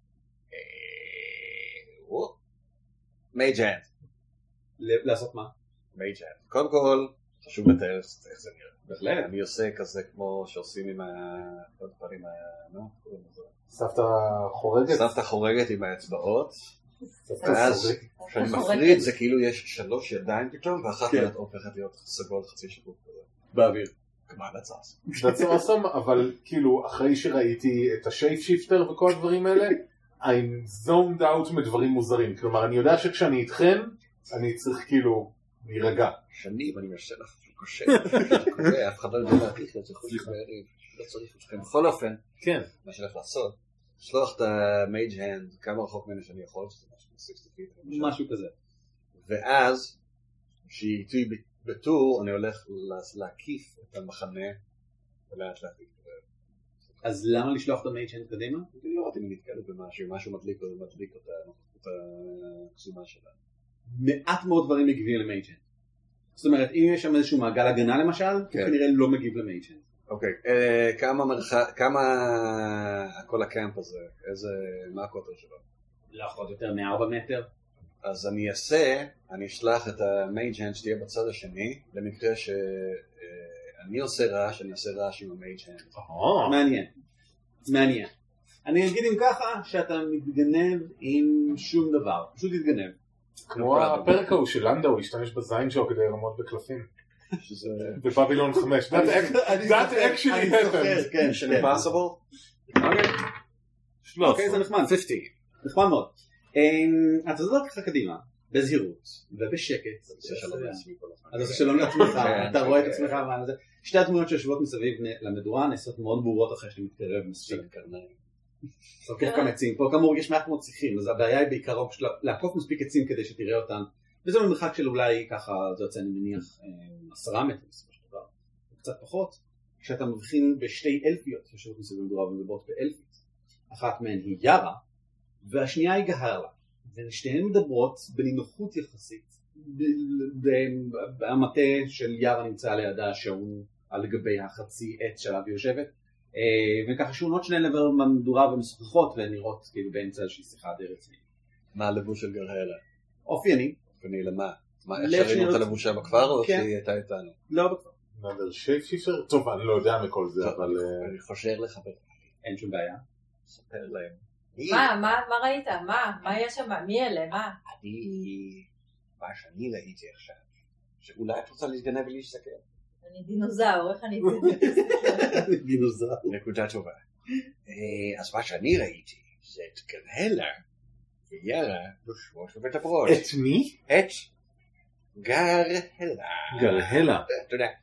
מייג' הנד. לעשות מה? מייג' הנד. קודם כל, חשוב לתאר איך זה נראה. בהחלט. אני עושה כזה כמו שעושים עם ה... עם ה... נו? סבתא חורגת? סבתא חורגת עם האצבעות. ואז כשאני מפריד זה כאילו יש שלוש ידיים פתאום, ואחת מהן הופכת להיות סגול חצי שקוף כזה. באוויר. כמה לצעס. That's awesome, אבל כאילו אחרי שראיתי את השייפ שיפטר וכל הדברים האלה, I'm zoned out מדברים מוזרים. כלומר, אני יודע שכשאני איתכם, אני צריך כאילו להירגע. שנים אני מנסה לך קשה. אף אחד לא יודע להכליך את זה חוץ בערב. לא צריך אתכם. בכל אופן, כן. מה שאני הולך לעשות, שלוח את המייג' הנד כמה רחוק ממנו שאני יכול, משהו כזה. ואז, כשהיא איתי בטור, אני הולך להקיף את המחנה ולאט לאט. אז למה לשלוח את המייג' הנד קדימה? אני לא יודעת אם נתקלו במשהו, משהו מדליק או מדליק את הקסומה שלה. מעט מאוד דברים מגיבים למייג' הנד. זאת אומרת, אם יש שם איזשהו מעגל הגנה למשל, הוא כנראה לא מגיב למייג' הנד. אוקיי, כמה מרחק, כמה כל הקמפ הזה, איזה, מה הקוטר שלו? לא יכול יותר מארבע מטר. אז אני אעשה, אני אשלח את המייג' הנד שתהיה בצד השני, למקרה שאני עושה רעש, אני אעשה רעש עם המייג' הנד. מעניין, מעניין. אני אגיד אם ככה, שאתה מתגנב עם שום דבר, פשוט תתגנב. כמו הפרק ההוא של לנדה, הוא השתמש בזין שלו כדי לרמות בקלפים. בבבילון חמש. That actually happened. כן, impossible? אוקיי, זה נחמד. חמישים. נחמד מאוד. אתה זוכר ככה קדימה, בזהירות ובשקט. אתה עושה שלום לעצמך, אתה רואה את עצמך. שתי התמונות שיושבות מסביב למדורה נעשות מאוד ברורות אחרי שאתה מתקרב מספיק. עוקף כמה עצים. פה כאמור יש מעט מאוד שיחים, אז הבעיה היא בעיקר לעקוף מספיק עצים כדי שתראה אותן. וזה במרחק של אולי ככה, זה יוצא אני מניח עשרה מטר בסופו של דבר, קצת פחות. כשאתה מבחין בשתי אלפיות שיושבות מסביב למדורה ומדברות באלפית. אחת מהן היא יארה, והשנייה היא גהרלה. ושתיהן מדברות בנינוחות יחסית. המטה של יארה נמצא לידה השעון על גבי החצי עץ שעליו היא יושבת. וככה שעונות שניהן לעבר במדורה ומשוחחות והן נראות כאילו באמצע איזושהי שיחה די רצינית. מה הלבוש של גרהלה? אופייני. אופייני למה? מה, איך שראינו אותה לבושה בכפר או שהיא הייתה איתנו? לא בכפר. נדר שייפשיפטר? טוב, אני לא יודע מכל זה, אבל... אני חושב לחבר. אין שום בעיה. ספר להם. מה, מה ראית? מה? מה יש שם? מי אלה? מה? אני... מה שאני ראיתי עכשיו, שאולי את רוצה להתגנב ולהסתכל. אני דינוזאור, איך אני דינוזאור? נקודה טובה. אז מה שאני ראיתי זה את גרהלה ויארה יושבות ומדברות. את מי? את גרהלה. גרהלה. אתה יודע.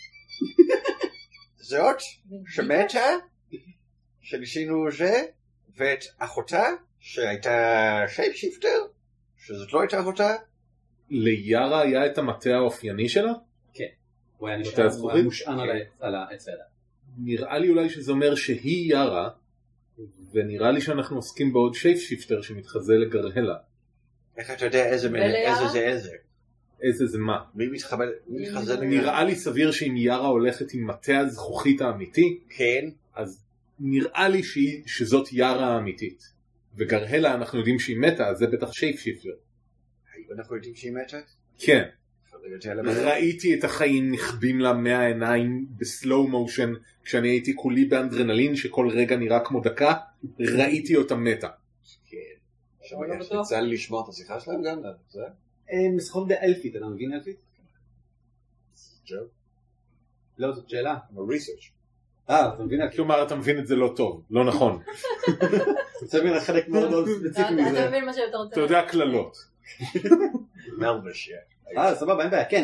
זאת שמתה, שניסינו זה, ואת אחותה שהייתה שייפשיפטר, שזאת לא הייתה אחותה. ליארה היה את המטה האופייני שלה? כן. הוא היה מושען על העץ לידה. נראה לי אולי שזה אומר שהיא יארה, ונראה לי שאנחנו עוסקים בעוד שייפשיפטר שמתחזה לגרהלה. איך אתה יודע איזה זה איזה? איזה זה מה? מי מתחזה לגרהלה? נראה לי סביר שאם יארה הולכת עם מטה הזכוכית האמיתי, כן. אז נראה לי שזאת יארה האמיתית. וגרהלה אנחנו יודעים שהיא מתה, אז זה בטח שייפשיפטר. האם אנחנו יודעים שהיא מתה? כן. ראיתי את החיים נכבים לה מהעיניים בסלואו מושן כשאני הייתי כולי באנדרנלין שכל רגע נראה כמו דקה, ראיתי אותה מתה. כן. יצא לי לשמוע את השיחה שלהם גם? הם משחקות באלפית, אתה מבין אלפית? ג'ו? לא, זאת שאלה. ריסרצ'. אה, אתה מבין? כלומר, אתה מבין את זה לא טוב, לא נכון. אתה רוצה להבין חלק מאוד מאוד ספציפי מזה. אתה מבין מה שאתה רוצה. אתה יודע כללות. מלבש, יא. אה, סבבה, אין בעיה, כן,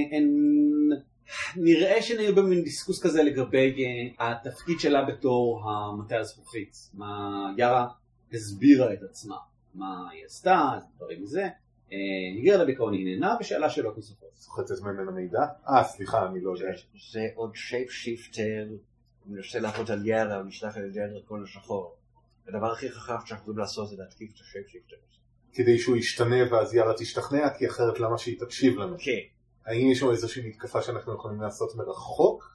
נראה שנהיה במין דיסקוס כזה לגבי התפקיד שלה בתור המטה הזכוכית. מה יארה הסבירה את עצמה, מה היא עשתה, דברים מזה. הגיעה לה בעיקרון, היא נהנה ושאלה שאלות נוספות. סוחטת ממנה מידע? אה, סליחה, אני לא יודע. זה עוד שייפשיפטר, הוא מנסה לעבוד על יארה, הוא נשלח על ידי הדרכון השחור. הדבר הכי חכם שאנחנו יכולים לעשות זה להתקיף את השייפשיפטר. כדי שהוא ישתנה ואז יארה תשתכנע, כי אחרת למה שהיא תקשיב לנו? כן. האם יש לו איזושהי מתקפה שאנחנו יכולים לעשות מרחוק?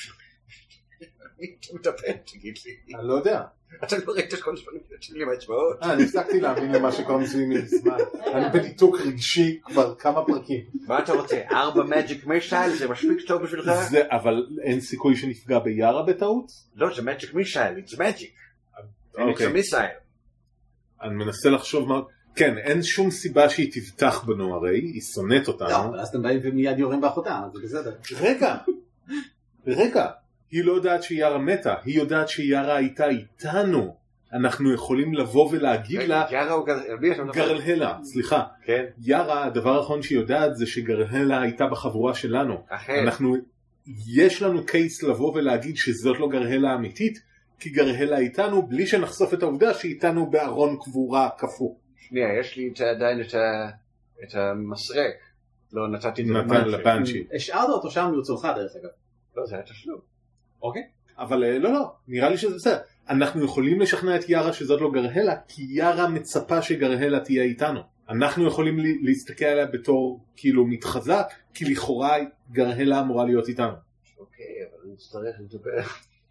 מי אתה מטפל, תגיד לי. אני לא יודע. אתה לא ראית את כל השפנים שלי מהאצבעות? אה, אני הפסקתי להאמין למה שקורה מסביבי מזמן. אני בניתוק רגשי כבר כמה פרקים. מה אתה רוצה? ארבע מג'יק מישייל? זה מספיק טוב בשבילך? אבל אין סיכוי שנפגע ביארה בטעות? לא, זה מג'יק מישייל, it's magic. אוקיי. it's a missile. אני מנסה לחשוב מה... כן, אין שום סיבה שהיא תבטח בנו הרי, היא שונאת אותנו. לא, אבל אז אתם באים ומיד יורים באחותה, זה בסדר. רגע, רגע. היא לא יודעת שיארה מתה, היא יודעת שיארה הייתה איתנו. אנחנו יכולים לבוא ולהגיד לה... יארה הוא גרהלה, סליחה. כן. יארה, הדבר האחרון שהיא יודעת זה שגרהלה הייתה בחבורה שלנו. אחר. אנחנו... יש לנו קייס לבוא ולהגיד שזאת לא גרהלה אמיתית, כי גרהלה איתנו, בלי שנחשוף את העובדה שאיתנו בארון קבורה כפו. שנייה, יש לי עדיין את המסרק. לא נתתי את זה נתן לבנצ'י. השארת אותו שם לרצונך דרך אגב. לא, זה היה תשלום. אוקיי. אבל לא, לא, נראה לי שזה בסדר. אנחנו יכולים לשכנע את יארה שזאת לא גרהלה, כי יארה מצפה שגרהלה תהיה איתנו. אנחנו יכולים להסתכל עליה בתור כאילו מתחזה, כי לכאורה גרהלה אמורה להיות איתנו. אוקיי, אבל אני אצטרך לדבר.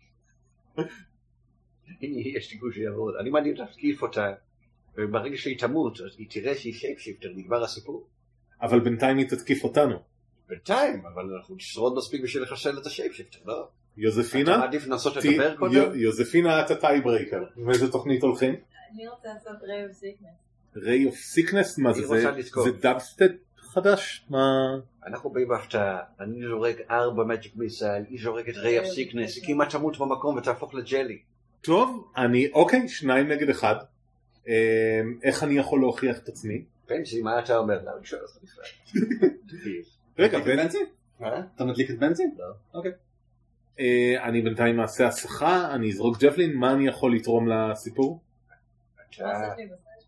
יש לי גושי יעבוד. אני מעדיף להתקיף אותה, וברגע שהיא תמות, אז היא תראה שהיא שייפשיפטר, נגמר הסיפור. אבל בינתיים היא תתקיף אותנו. בינתיים, אבל אנחנו נשרוד מספיק בשביל לחשל את השייפשיפטר, לא? יוזפינה? אתה מעדיף לנסות לדבר קודם? יוזפינה, אתה טייברייקר. עם איזה תוכנית הולכים? אני רוצה לעשות ריי אוף סיקנס. ריי אוף סיקנס? מה זה? זה דאבסטד חדש? מה? אנחנו באים בהפתעה, אני זורק ארבע מג'יק מיסייל, היא זורקת ריי אוף סיקנס, היא כמעט תמות במקום ותהפוך לג'לי. טוב, אני, אוקיי, שניים נגד אחד. איך אני יכול להוכיח את עצמי? בנצי, מה אתה אומר? למה אני שואל אותך בכלל? רגע, בנצי? אתה מדליק את בנצי? לא. אוקיי. אני בינתיים מעשה הסחה, אני אזרוק ג'בלין, מה אני יכול לתרום לסיפור?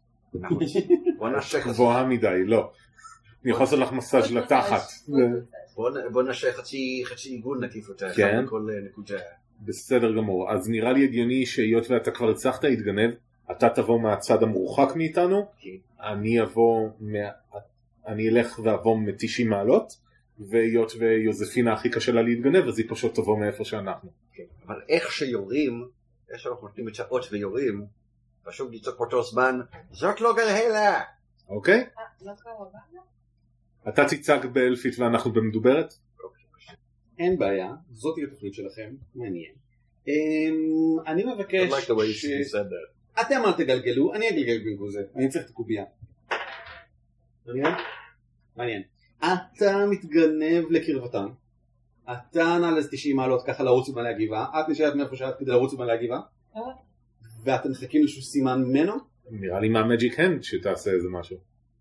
בוא נעשה כזה. גבוהה מדי, לא. אני יכול לעשות לך מסאז' לתחת. בוא נעשה חצי עיגול נקיף אותה, כן. בכל נקודה. בסדר גמור, אז נראה לי הגיוני שהיות ואתה כבר הצלחת להתגנב, אתה תבוא מהצד המרוחק מאיתנו, אני אבוא, אני אלך ואבוא מ-תשעים מעלות, והיות ויוזפינה הכי קשה לה להתגנב, אז היא פשוט תבוא מאיפה שאנחנו. אבל איך שיורים, איך שאנחנו נותנים את שעות ויורים, פשוט לצעוק באותו זמן, זאת לא גלהלה! אוקיי? לא קרובנגה? אתה תצג באלפית ואנחנו במדוברת? אין בעיה, זאת היא התוכנית שלכם, מעניין. אני מבקש אתם אל תגלגלו, אני אגלגל במקום זה, אני צריך את הקובייה. מעניין? מעניין. אתה מתגנב לקרבתם, אתה נע לזה תשעים מעלות ככה לרוץ במעלה הגבעה, את נשארת מאיפה שאת כדי לרוץ במעלה הגבעה, ואתם מחכים לשהו סימן ממנו? נראה לי מהמג'יק הנד שתעשה איזה משהו.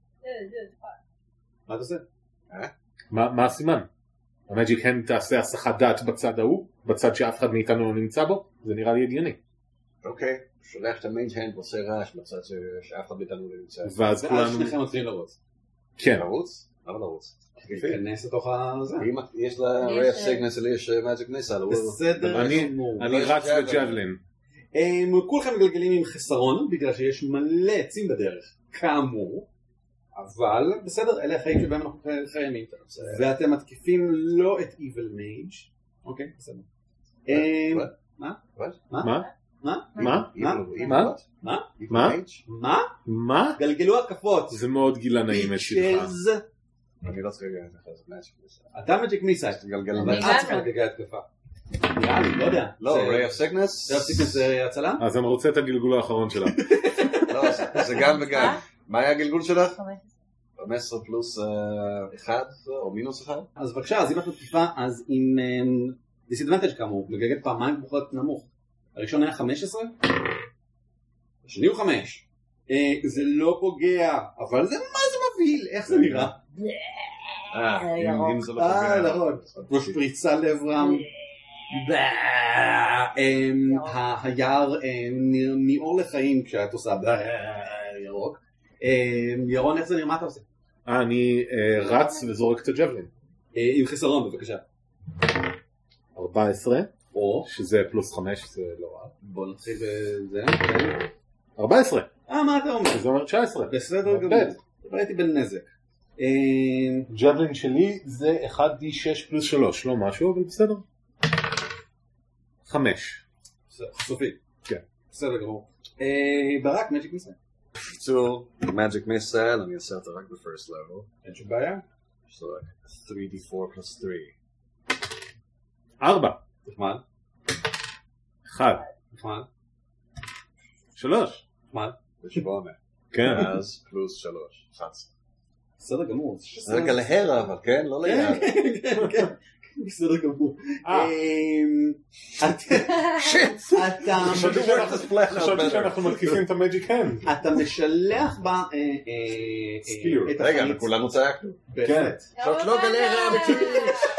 מה אתה עושה? מה הסימן? המג'יק הנד תעשה הסחת דעת בצד ההוא, בצד שאף אחד מאיתנו לא נמצא בו, זה נראה לי הגיוני. אוקיי, שולח את המיינט הנד ועושה רעש בצד שאף אחד מאיתנו לא נמצא. ואז שניכם מתחילים לרוץ. כן. לרוץ? למה לרוץ? להיכנס לתוך הזה. אם יש לה ריי סיגנס לי יש מג'יק ניסה. בסדר. אני רץ בג'אבלין. כולכם מגלגלים עם חסרון בגלל שיש מלא עצים בדרך, כאמור. אבל בסדר, אלה החיים שבהם אנחנו חיימים. ואתם מתקיפים לא את Evil Mage. אוקיי, בסדר. מה? מה? מה? מה? מה? מה? מה? מה? מה? גלגלו הקפות. זה מאוד גילה נעים את שלך. אני לא צריך לגלל את זה, זה מג'יק מיסה. אתה מג'יק מיסה. אבל את צריכה לגלל התקפה. נראה לי, לא יודע. לא, ריי אוף סיגנס. ריי אוף סיגנס זה הצלה? אז אני רוצה את הגלגול האחרון שלה. לא, זה גם וגם. מה היה הגלגול שלך? חמש עשרה פלוס אחד או מינוס אחד? אז בבקשה, אז אם את מתקיפה, אז עם דיסאדוונטג' כאמור, מגלגל פעמיים מוחלט נמוך. הראשון היה חמש עשרה, השני הוא חמש. זה לא פוגע, אבל זה מה זה מבהיל, איך זה נראה? אה, אם זה לא אה, פוגע. נכון. ראש פריצה לעברם. היער ניעור לחיים כשאת עושה ירוק. ירון, איך זה נראה? מה אתה עושה? אני רץ וזורק את הג'בלין. עם חסרון, בבקשה. ארבע עשרה, או שזה פלוס חמש, זה לא רע. בוא נתחיל בזה. ארבע עשרה. אה, מה אתה אומר? זה אומר תשע עשרה. בסדר גמור. ראיתי בנזק. ג'בלין שלי זה אחד די שש פלוס שלוש, לא משהו, אבל בסדר. חמש. סופי. כן. בסדר גמור. ברק, מג'יק מיסייל. בקיצור, מג'יק מיסייל, אני אעשה אותה רק בפרסט לבל. אין שום בעיה. So like three d four plus three. ארבע. נחמד. אחד. נחמד. שלוש. נחמד. ושמונה. כן. אז פלוס שלוש. אחת עשרה. בסדר גמור. רגע להרה, אבל כן? לא ליד. כן, כן. בסדר גמור. שיט! אתה... חשבתי שאנחנו מתקיפים את המג'יק הנד. אתה משלח בה... ספיר. רגע, וכולנו צעקנו. בהחלט. זאת לא גלרה אמיתית.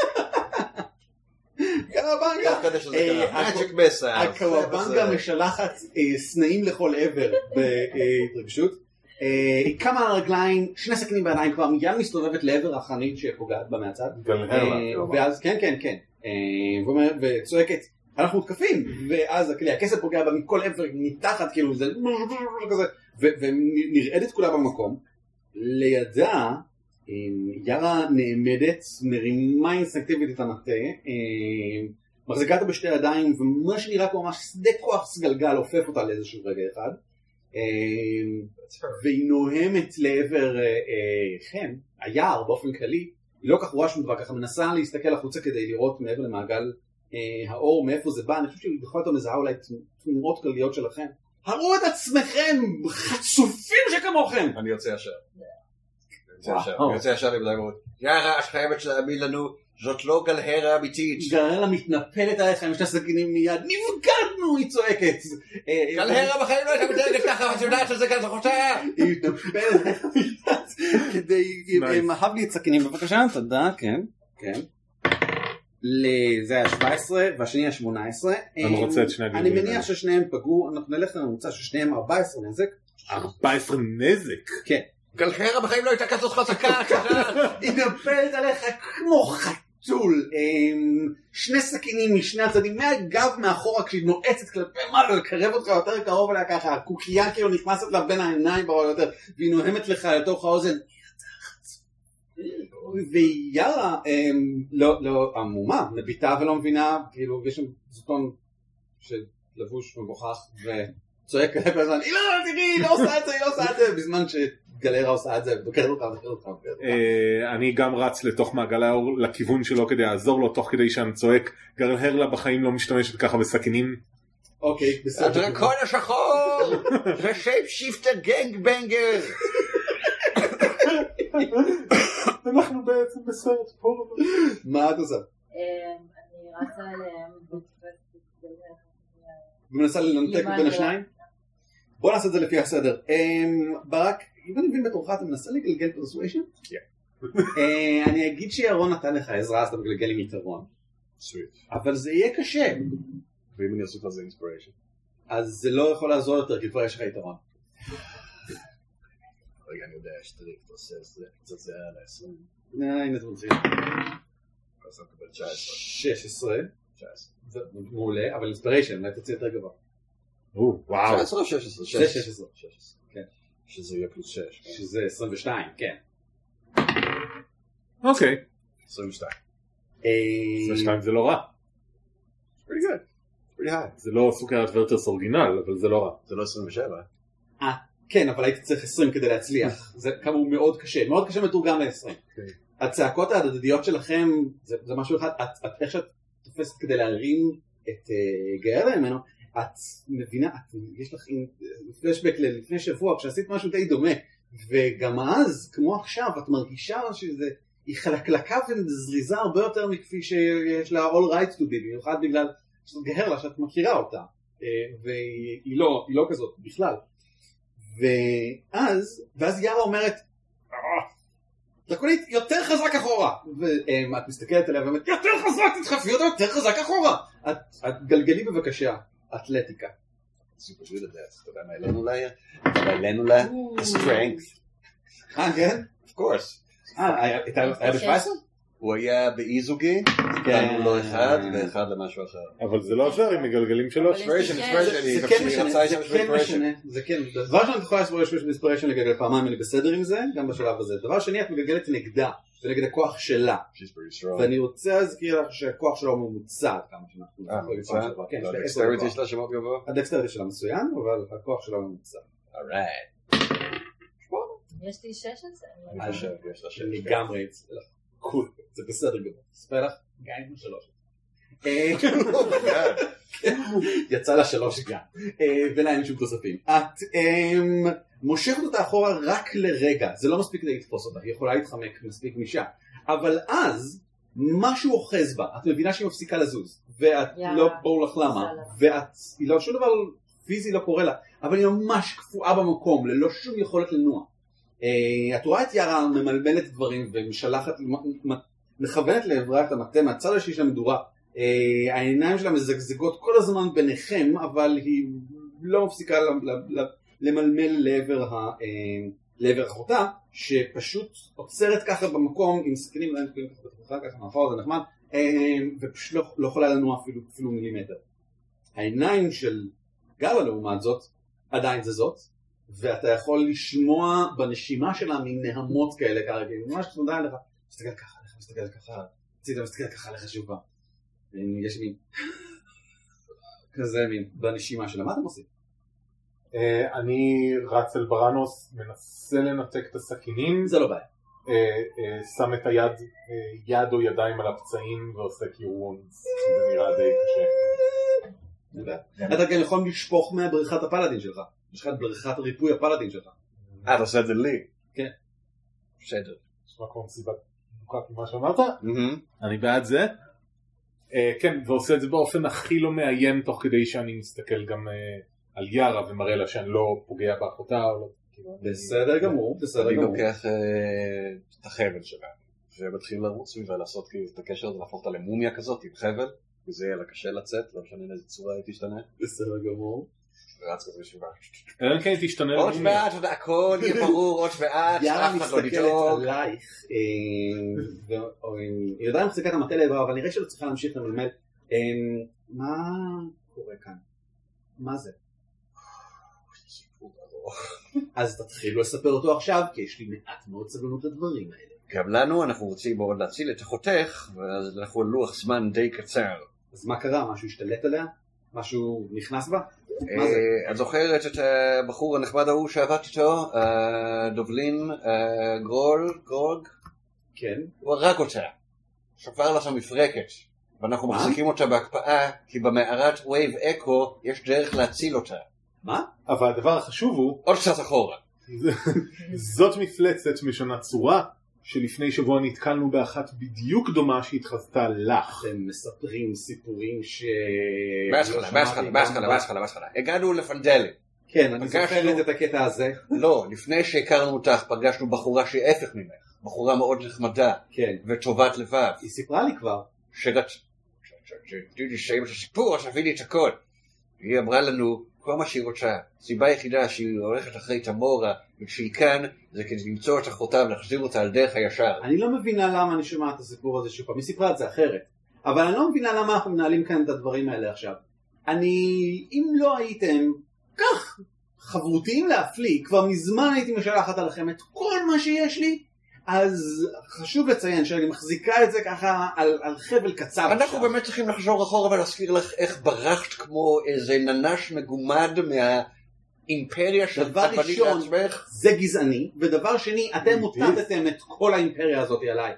קוואבנגה. מג'יק מיסייל. הקוואבנגה משלחת סנאים לכל עבר בהתרגשות. היא קמה על הרגליים, שני סכינים בידיים, כבר מיד מסתובבת לעבר החנית שפוגעת בה מהצד. ואז כן כן כן. וצועקת, אנחנו מותקפים. ואז הכסף פוגע בה מכל עבר מתחת, כאילו זה כזה. ונרעדת כולה במקום. לידה, ירה נעמדת, מרימה אינסטינקטיבית את המטה, מחזיקה אותה בשתי ידיים, ומה שנראה כמו ממש שדה כוח סגלגל עופף אותה לאיזשהו רגע אחד. והיא נוהמת לעבר חן, היער באופן כללי, היא לא כך רואה שום דבר, ככה מנסה להסתכל החוצה כדי לראות מעבר למעגל האור, מאיפה זה בא. אני חושב שהיא בכל זאת מזהה אולי תנועות כלליות שלכם. הראו את עצמכם, חצופים שכמוכם! אני יוצא ישר. אני יוצא ישר לבדי מאוד. יארה, את חייבת להאמין לנו, זאת לא גלהרה אמיתית. גלהרה מתנפלת עליך עם שני סכינים מיד, נבגדנו, היא צועקת. גלהרה בחיים לא הייתה מתנהגת ככה, ואת יודעת שזה כזה חוצה. היא מתנפלת עליך מיד, כדי, אהב לי את סכינים, בבקשה, תודה, כן, כן. זה היה שבע עשרה והשני היה שמונה עשרה. אני רוצה את שני הגלגולים. אני מניח ששניהם פגעו, אנחנו נלך לממוצע ששניהם ארבע עשרה נזק. ארבע עשרה נזק? כן. גלהרה בחיים לא הייתה כזאת חזקה. היא נפלת עליך כמו טול, שני סכינים משני הצדדים, מהגב מאחורה כשהיא נועצת כלפי מעלה, לקרב אותך יותר קרוב אליה ככה, הקוקייה כאילו נכנסת לה בין העיניים ברור יותר, והיא נוהמת לך לתוך האוזן, ויאללה, לא, לא, עמומה, מביטה ולא מבינה, כאילו יש שם זוטון שלבוש מבוכח וצועק כזה כל הזמן, היא לא, תראי, היא לא עושה את זה, היא לא עושה את זה, בזמן שגלרה עושה את זה, דוקרת אותה, דוקרת אותה. אני גם רץ לתוך מעגל האור לכיוון שלו כדי לעזור לו, תוך כדי שאני צועק, גרהרלה בחיים לא משתמשת ככה בסכינים. אוקיי, בסדר. הדרקון השחור! זה שייפ שיפטר גנגבנגר! אנחנו בעצם בסרט פה. מה את עושה? אני רצה אליהם ומנסה לנתק בין השניים? בוא נעשה את זה לפי הסדר. ברק, אם אני מבין בתורך אתה מנסה לגלגל פרסואשן? כן. אני אגיד שירון נתן לך עזרה אז אתה מגלגל עם יתרון. סוויט. אבל זה יהיה קשה. ואם אני אעשה את זה אינספיריישן? אז זה לא יכול לעזור יותר כי כבר יש לך יתרון. רגע, אני יודע, יש טריק, אתה עושה את זה, קצת זה היה על ה-עשרים. הנה אתה מתחיל. אז אני מקבל תשע עשרה. שש עשרה. תשע עשרה. זה מעולה, אבל אינספיריישן, אולי תוציא יותר גבוה. וואו. תשע עשרה או שש עשרה? זה שש עשרה. שש עשרה. כן. שזה יהיה פלוס שש. שזה עשרים ושתיים, כן. אוקיי. עשרים ושתיים. עשרים ושתיים זה לא רע. pretty good. pretty high. זה לא סוכרת ורטרס אורגינל, אבל זה לא רע. זה לא עשרים ושבע. אה, כן, אבל הייתי צריך עשרים כדי להצליח. זה כאמור מאוד קשה, מאוד קשה מתורגם ל-עשרים. הצעקות ההדדיות שלכם, זה משהו אחד, איך שאת תופסת כדי להרים את גאלה ממנו, את מבינה, יש לך פלשבק לפני שבוע, כשעשית משהו די דומה, וגם אז, כמו עכשיו, את מרגישה שזה, היא חלקלקה וזריזה הרבה יותר מכפי שיש לה all right to be, במיוחד בגלל שזאת גהרלה שאת מכירה אותה, והיא לא, היא לא כזאת בכלל. ואז, ואז יארה אומרת, דרקונית, יותר חזק אחורה. ואת מסתכלת עליה ואומרת, יותר חזק, תדחפי אותה יותר חזק אחורה. את גלגלי בבקשה, אתלטיקה. זה פשוט לדעת, אתה יודע מה אלינו לה? אתה אלינו לה? strength. אה, כן? of course. אה, היה ב-שבע עשרה? הוא היה באיזוגי, נתנו לו אחד ואחד למשהו אחר. אבל זה לא עוזר עם מגלגלים שלו. inspiration, inspiration, זה כן משנה, זה כן משנה, זה כן. דבר שאני יכולה לסבור יש אינספיריישן לגלגל פעמיים, אני בסדר עם זה, גם בשלב הזה. דבר שני, את מגלגלת נגדה, ונגד הכוח שלה. ואני רוצה להזכיר לך שהכוח שלה הוא ממוצע, כמה שאנחנו יכולים לפעמים. הדקסטריטי שלה שמות גבוה? הדקסטריטי שלה מצוין, אבל הכוח שלה הוא ממוצע. alright. יש לי שש עשרה. יש לה שש. לגמרי אצל לך. קול, זה בסדר גמור. ספר לך, גם עם שלוש. יצא לה שלוש גם. ולא אין שום תוספים. את מושכת אותה אחורה רק לרגע. זה לא מספיק כדי לתפוס אותה. היא יכולה להתחמק מספיק משם. אבל אז משהו אוחז בה. את מבינה שהיא מפסיקה לזוז. ואת לא ברור לך למה. ואת, שום דבר פיזי לא קורה לה. אבל היא ממש קפואה במקום. ללא שום יכולת לנוע. את רואה את יארה ממלמלת דברים ומשלחת, מכוונת לעברה את המטה מהצד השני של המדורה. העיניים שלה מזגזגות כל הזמן ביניכם, אבל היא לא מפסיקה למלמל לעבר אחותה, שפשוט עוצרת ככה במקום עם סכינים, ככה מאחור, זה נחמד, ופשוט לא יכולה לנוע אפילו מילימטר. העיניים של גאלה לעומת זאת עדיין זזות, ואתה יכול לשמוע בנשימה שלה מנהמות כאלה כרגע, ממש צמודה עליך, מסתכל ככה, מסתכל ככה, צידה מסתכל ככה עליך שוב פעם. יש מין כזה מין בנשימה שלה. מה אתם עושים? אני רץ אל בראנוס, מנסה לנתק את הסכינים. זה לא בעיה. שם את היד, יד או ידיים על הפצעים ועושה קיורונס. זה נראה די קשה. אתה גם יכול לשפוך מהבריכת הפלדין שלך. יש לך את בריכת ריפוי הפלדין שלך. אה, אתה עושה את זה לי? כן. בסדר. יש מקום סיבת מוקעת ממה שאמרת? אני בעד זה. כן, ועושה את זה באופן הכי לא מאיים, תוך כדי שאני מסתכל גם על יארה ומראה לה שאני לא פוגע באחותה. בסדר גמור, בסדר גמור. אני לוקח את החבל שלה, ומתחיל לרוץ ולעשות את הקשר הזה, להפוך אותה למומיה כזאת עם חבל, כי זה יהיה לה קשה לצאת, לא משנה איזה צורה היא תשתנה. בסדר גמור. רץ כזה ישיבה. אלא אם כן תשתנה עוד מעט, הכל יהיה ברור, עוד מעט, יאללה אף אחד לא מסתכלת לדאוג. עלייך, היא יודעת מחזיקה את המטה לעברה, אבל נראה שלא צריכה להמשיך למלמל. מה קורה כאן? מה זה? אז תתחילו לספר אותו עכשיו, כי יש לי מעט מאוד סבלנות לדברים האלה. גם לנו אנחנו רוצים מאוד להציל את אחותך, ואז אנחנו על לוח זמן די קצר. אז מה קרה? משהו השתלט עליה? משהו נכנס בה? מה זה? את זוכרת את הבחור הנחמד ההוא שעבד איתו, דובלין, גרול, גרוג? כן. הוא הרג אותה. שבר לה שם מפרקת. ואנחנו מחזיקים אותה בהקפאה, כי במערת וייב אקו יש דרך להציל אותה. מה? אבל הדבר החשוב הוא, עוד קצת אחורה. זאת מפלצת משנה צורה, שלפני שבוע נתקלנו באחת בדיוק דומה שהתחזתה לך. אתם מספרים סיפורים ש... בהתחלה, בהתחלה, בהתחלה, בהתחלה, בהתחלה. הגענו לפנדלים. כן, אני זוכרת את הקטע הזה. לא, לפני שהכרנו אותך פגשנו בחורה שהיא הפך ממך. בחורה מאוד נחמדה. כן. וטובת לבב. היא סיפרה לי כבר. שרצ... שתדעי שתסיים את הסיפור, אז תביא לי את הכל. היא אמרה לנו כל מה שהיא רוצה. סיבה היחידה שהיא הולכת אחרי תמורה, וכשהיא כאן זה כדי למצוא את אחותה ולהחזיר אותה על דרך הישר. אני לא מבינה למה אני שומעת את הסיפור הזה שוב פעם. היא סיפרה את זה אחרת. אבל אני לא מבינה למה אנחנו מנהלים כאן את הדברים האלה עכשיו. אני, אם לא הייתם כך חברותיים להפליא, כבר מזמן הייתי משלחת עליכם את כל מה שיש לי, אז חשוב לציין שאני מחזיקה את זה ככה על, על חבל קצר. אנחנו עכשיו. באמת צריכים לחזור אחורה ולהזכיר לך איך ברחת כמו איזה ננש מגומד מהאימפריה של דבר תבנית ראשון, לעצמך. זה גזעני, ודבר שני, אתם מוטטתם את כל האימפריה הזאת עליי,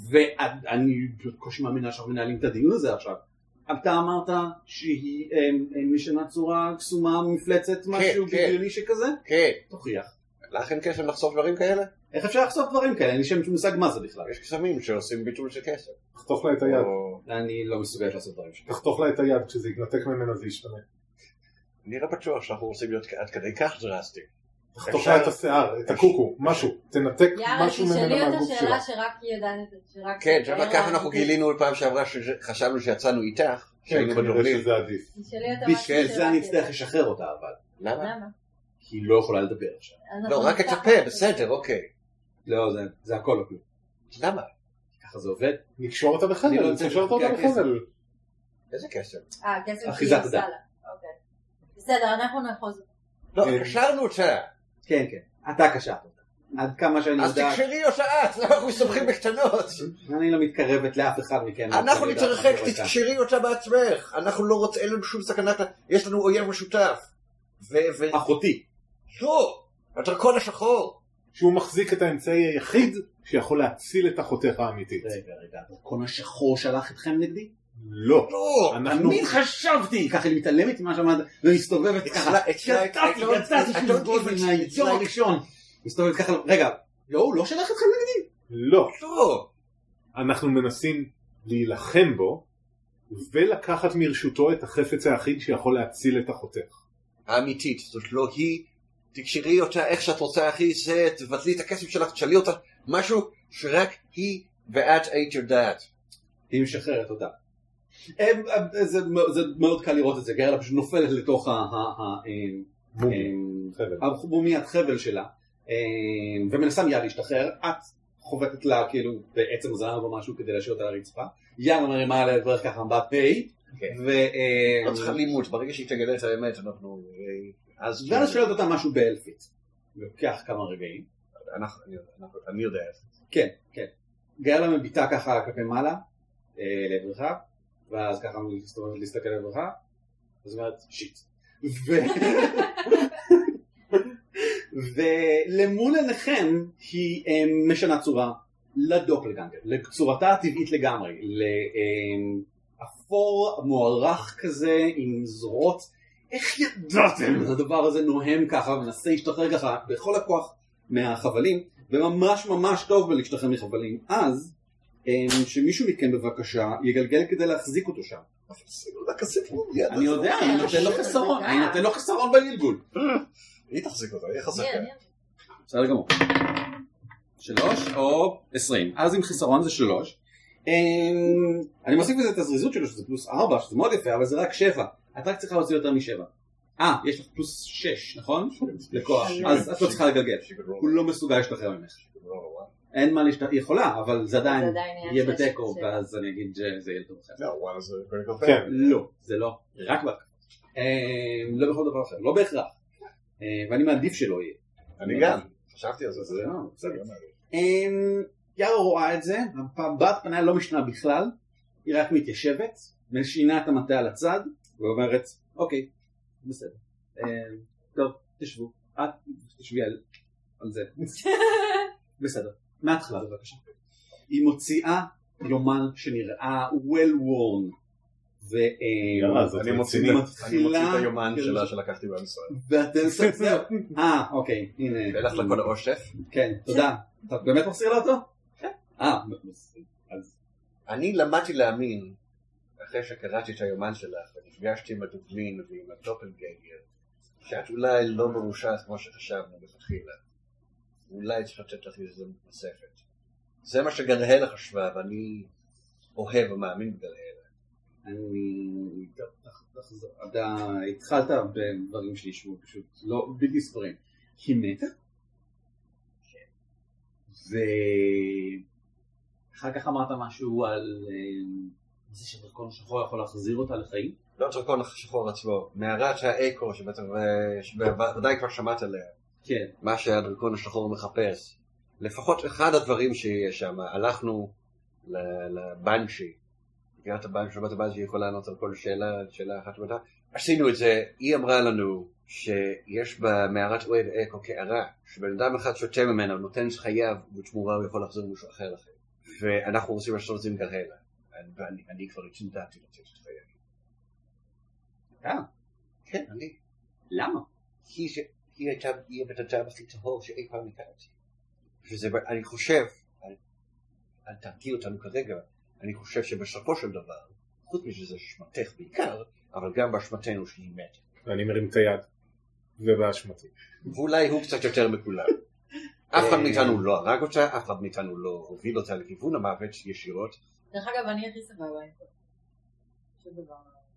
ואני בקושי מאמינה שאנחנו מנהלים את הדיון הזה עכשיו. אתה אמרת שהיא משנה צורה קסומה, מפלצת, משהו בדיוני שכזה? כן. תוכיח. לך אין קסם לחשוף דברים כאלה? איך אפשר לחשוף דברים כאלה? אין לי שם מושג מה זה בכלל. יש קסמים שעושים ביטול של קסם. תחתוך לה את היד. אני לא מסוגלת לעשות דברים שלי. תחתוך לה את היד, כשזה יתנתק ממנה זה ישתנה. אני לא בטוח שאנחנו רוצים להיות עד כדי כך דרסטי. תחתוך לה את השיער, את הקוקו, משהו. תנתק יאללה, משהו תשאלי ממנה אותה מהגוף שאלה שלה. שרק היא יודעת את זה. כן, שמה ככה אנחנו גילינו פעם שעברה שחשבנו שיצאנו איתך. כן, כנראה שזה עדיף. תשאלי אותה משהו בשביל שרק זה אני היא אצטרך יודעת. לשחרר אותה אבל. למה? למה? כי היא לא יכולה לדבר עכשיו. אנחנו לא, רק את נפתח הפה, את בסדר, אוקיי. לא, זה, זה הכל לא כלום. למה? ככה זה עובד. נקשור אותה אני בחבל, לא נקשור צריך אותה לחוקי בחבל. איזה קסם? אה, כסף אחיזת שהיא עדה. עושה לה. אוקיי. בסדר, אנחנו נחוז. לא, כן. קשרנו אותה. כן, כן. אתה קשרת אותה. עד כמה שאני אז יודעת. תקשרי אותה את, למה אנחנו מסתבכים בקטנות? אני לא מתקרבת לאף אחד מכם. אנחנו אני יודעת נתרחק, מה קורה כאן. תקשרי אותה בעצמך. אנחנו לא רוצים, אין לנו שום סכנה, יש לנו אויב משותף. ו... ו... אחותי. לא, הדרקון השחור. שהוא מחזיק את האמצעי היחיד שיכול להציל את אחותך האמיתית. רגע, רגע. הדרקון השחור שלח אתכם נגדי? לא. לא, אנחנו... תמיד חשבתי. ככה היא מתעלמת ממה שאמרת ומסתובבת ככה. אצלה, ידעתי, ידעתי שהוא יפגוש בי מהיום הראשון. מסתובבת ככה. רגע. לא, הוא לא שלח אתכם נגדי? לא. לא. אנחנו מנסים להילחם בו ולקחת מרשותו את החפץ היחיד שיכול להציל את אחותך. האמיתית, זאת לא היא. תקשרי אותה איך שאת רוצה, אחי, זה, תבטלי את הכסף שלך, תשאלי אותה משהו שרק היא ואת היית יודעת. היא משחררת אותה. זה מאוד קל לראות את זה, גרלה פשוט נופלת לתוך המומיית חבל שלה, ומנסה מיד להשתחרר, את חובטת לה כאילו בעצם זרם או משהו כדי להשאיר אותה לרצפה, יד מרימה עליה דבר ככה מבט פי, לא צריכה לימוד, ברגע שהיא תגלה את האמת אנחנו... ואז שואלת אותה משהו באלפית, ולוקח כמה רגעים. אני יודע את זה. כן, כן. גרלה מביטה ככה כלפי מעלה, לעברך, ואז ככה מסתובבת להסתכל לעברך, אז אומרת שיט. ולמול עיניכם היא משנה צורה לדופלגנגר, לצורתה הטבעית לגמרי, לאפור מוארך כזה עם זרועות. איך ידעתם? הדבר הזה נוהם ככה ומנסה להשתחרר ככה בכל הכוח מהחבלים, וממש ממש טוב בלהשתחרר מחבלים. אז שמישהו מכם בבקשה יגלגל כדי להחזיק אותו שם. אני יודע, אני נותן לו חסרון, אני נותן לו חסרון בגלגול. היא תחזיק אותו, היא חזקה. בסדר גמור. שלוש או עשרים. אז עם חיסרון זה שלוש. אני מוסיף לזה את הזריזות שלו שזה פלוס ארבע, שזה מאוד יפה, אבל זה רק שבע. את רק צריכה להוציא יותר משבע. אה, יש לך פלוס שש, נכון? לכוח, אז את לא צריכה לגלגל. הוא לא מסוגל להשתחרר ממך. אין מה להשתחרר, היא יכולה, אבל זה עדיין יהיה בטקו, ואז אני אגיד שזה יהיה טוב אחר. לא, וואלה זה קריקל כן. לא, זה לא, רק בהתקפה. לא בכל דבר אחר, לא בהכרח. ואני מעדיף שלא יהיה. אני גם, חשבתי על זה, זה לא, זה בסדר. גם מעדיף. יארה רואה את זה, בת פניה לא משנה בכלל, היא רק מתיישבת, משינה את המטה על הצד, ואומרת, אוקיי, בסדר. טוב, תשבו, את תשבי על זה. בסדר, מההתחלה בבקשה. היא מוציאה יומן שנראה well worn, אני מוציא את היומן שלה שלקחתי במשרד. ואתם ספסר, אה, אוקיי, הנה. הלך לכל האושף? כן, תודה. אתה באמת מחזיר לו אותו? כן. אה, אז... אני למדתי להאמין, אחרי שקראתי את היומן שלך, ונפגשתי עם הדובלין ועם הדופלגנגר, שאת אולי לא מרושעת כמו שחשבנו בתחילה. אולי צריך לתת לך הזדמנות נוספת. זה מה שגלהלה חשבה, ואני אוהב ומאמין בגלהלה. אני... תחזור. אתה התחלת בדברים שישבו פשוט, לא בלתי ספרים. היא מתה? כן. ואחר כך אמרת משהו על זה שדרקון שחור יכול להחזיר אותה לחיים? לא דרקון שחור עצמו, מערת האקו שבוודאי כבר שמעת עליה. כן. מה שהדרקון השחור מחפש. לפחות אחד הדברים שיש שם, הלכנו לבנשי, בגלל הבנשי, שבת הבנשי יכולה לענות על כל שאלה, שאלה אחת ובתה. עשינו את זה, היא אמרה לנו שיש במערת אוהד אקו קערה, שבן אדם אחד שותה ממנה, נותן חייו, ובתמורה הוא יכול להחזיר מישהו אחר לכם. ואנחנו רוצים לעשות את זה עם גלהלה. ואני כבר התנדעתי לתת את חיי. אה? כן, אני. למה? היא הייתה הבן אדם הכי טהור שאי פעם הכרתי. ואני חושב, אל תרגיע אותנו כרגע, אני חושב שבסופו של דבר, חוץ משזה שמתך בעיקר, אבל גם באשמתנו שהיא מתה. ואני מרים את היד, ובאשמתי. ואולי הוא קצת יותר מכולם. אף אחד מאיתנו לא הרג אותה, אף אחד מאיתנו לא הוביל אותה לכיוון המוות ישירות. דרך אגב, אני הכי סבבה איתו. שדבר.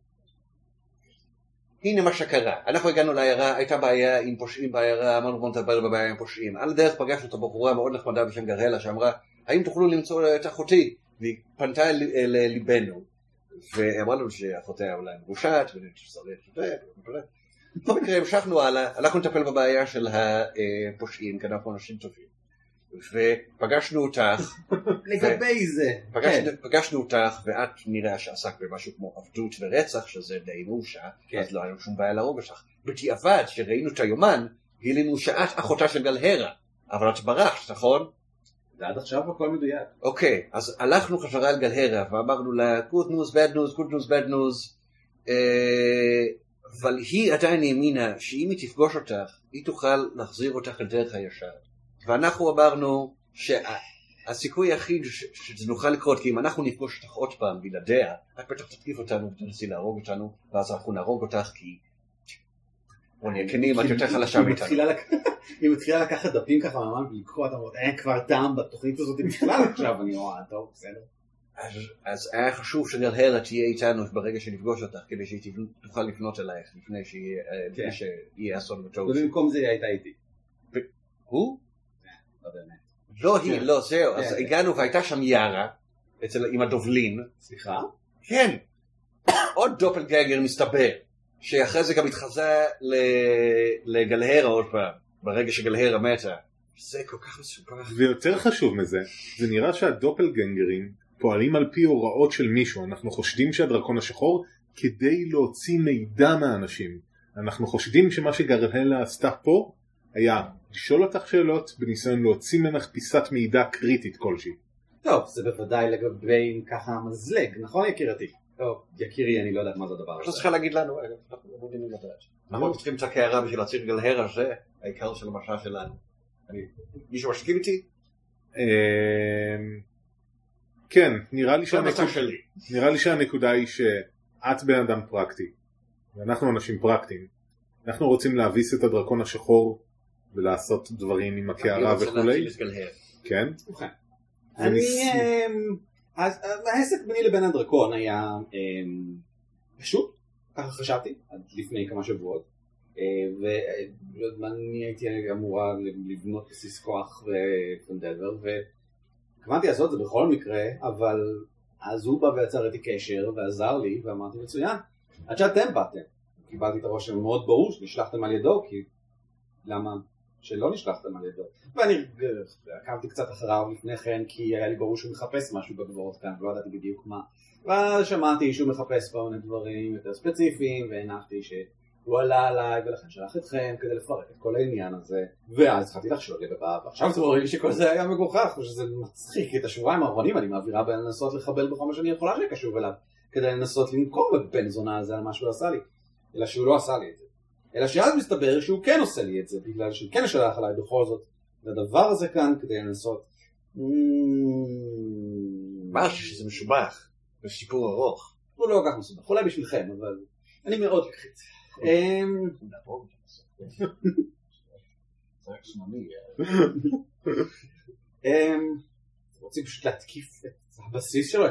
הנה מה שקרה, אנחנו הגענו לעיירה, הייתה בעיה עם פושעים בעיירה, אמרנו בוא נדבר בבעיה עם פושעים. על הדרך פגשנו את הבחורה מאוד נחמדה בשם גלהלה שאמרה, האם תוכלו למצוא את אחותי? והיא פנתה לליבנו, ואמרה לנו שאחותיה אולי מרושעת, ונצטרך שותק, בכל מקרה המשכנו הלאה, הלכנו לטפל בבעיה של הפושעים, כי אנחנו אנשים טובים. ופגשנו אותך לגבי זה פגשנו אותך ואת נראה שעסק במשהו כמו עבדות ורצח שזה די מורשע, אז לא היה לנו שום בעיה להרוג אותך. בדיעבד שראינו את היומן גילינו שאת אחותה של גלהרה, אבל את ברחת, נכון? ועד עכשיו הכל מדויק. אוקיי, אז הלכנו חזרה על גלהרה ואמרנו לה good news bad news good news bad news, אבל היא עדיין האמינה שאם היא תפגוש אותך היא תוכל להחזיר אותך לדרך הישר. ואנחנו אמרנו שהסיכוי היחיד שזה נוכל לקרות, כי אם אנחנו נפגוש אותך עוד פעם בלעדיה, את בטח תתקיף אותנו ותנסי להרוג אותנו, ואז אנחנו נהרוג אותך כי... בוא נהיה כנים, את יותר חלשה מאיתנו. היא מתחילה לקחת דפים ככה ממש ולקרוא, אתה אומרת, אין כבר טעם בתוכנית הזאת בכלל עכשיו, אני רואה, טוב, בסדר. אז היה חשוב שגלהלה תהיה איתנו ברגע שנפגוש אותך, כדי שהיא תוכל לפנות אלייך, לפני שיהיה אסון וטוב. ובמקום זה היא הייתה איתי. הוא? לא היא, לא, זהו, אז הגענו והייתה שם יארה, עם הדובלין. סליחה? כן, עוד דופלגנגר מסתבר, שאחרי זה גם התחזה לגלהרה עוד פעם, ברגע שגלהרה מתה. זה כל כך מסופח. ויותר חשוב מזה, זה נראה שהדופלגנגרים פועלים על פי הוראות של מישהו. אנחנו חושדים שהדרקון השחור כדי להוציא מידע מהאנשים. אנחנו חושדים שמה שגלהלה עשתה פה היה לשאול אותך שאלות בניסיון להוציא ממך פיסת מידע קריטית כלשהי. טוב, זה בוודאי לגבי ככה מזלג, נכון יקירתי? טוב, יקירי, אני לא יודעת מה זה הדבר הזה. אתה צריכה להגיד לנו, אנחנו לא מבינים לדעת. אנחנו צריכים לצאת קערה בשביל להציל גלהרה, זה העיקר של המשל שלנו. מישהו משכים איתי? כן, נראה לי שהנקודה היא שאת בן אדם פרקטי, ואנחנו אנשים פרקטיים. אנחנו רוצים להביס את הדרקון השחור ולעשות דברים עם הקערה וכולי. כן. אני... העסק ביני לבין הדרקון היה פשוט, ככה חשבתי, עד לפני כמה שבועות. ואני הייתי אמורה לבנות בסיס כוח בפנדלבר, וכוונתי לעשות את זה בכל מקרה, אבל אז הוא בא ויצר איתי קשר ועזר לי, ואמרתי מצוין, עד שאתם באתם. קיבלתי את הראש מאוד ברור שנשלחתם על ידו, כי למה שלא נשלחתם על ידו? ואני עקבתי קצת אחריו לפני כן, כי היה לי ברור שהוא מחפש משהו בגבורות כאן, ולא ידעתי בדיוק מה. ואז שמעתי שהוא מחפש פה מיני דברים יותר ספציפיים, והנחתי שהוא עלה עליי, ולכן שלח אתכם כדי לפרק את כל העניין הזה. ואז התחלתי לחשוב לגביו, ועכשיו זה מוריד לי שכל זה היה מגוחך, ושזה מצחיק. את השבועיים האחרונים אני מעבירה בלנסות לחבל בכל מה שאני יכולה שקשור אליו, כדי לנסות לנקום בבן זונה הזה על מה שהוא עשה לי. אלא שהוא לא עשה לי את זה. אלא שאז מסתבר שהוא כן עושה לי את זה, בגלל שהוא כן שלח עליי בכל זאת. והדבר הזה כאן כדי לנסות... משהו שזה משובח, זה סיפור ארוך. הוא לא כל כך מסובך, אולי בשבילכם, אבל אני מאוד לקחית. זה רק שממי. רוצים פשוט להתקיף את הבסיס שלו, את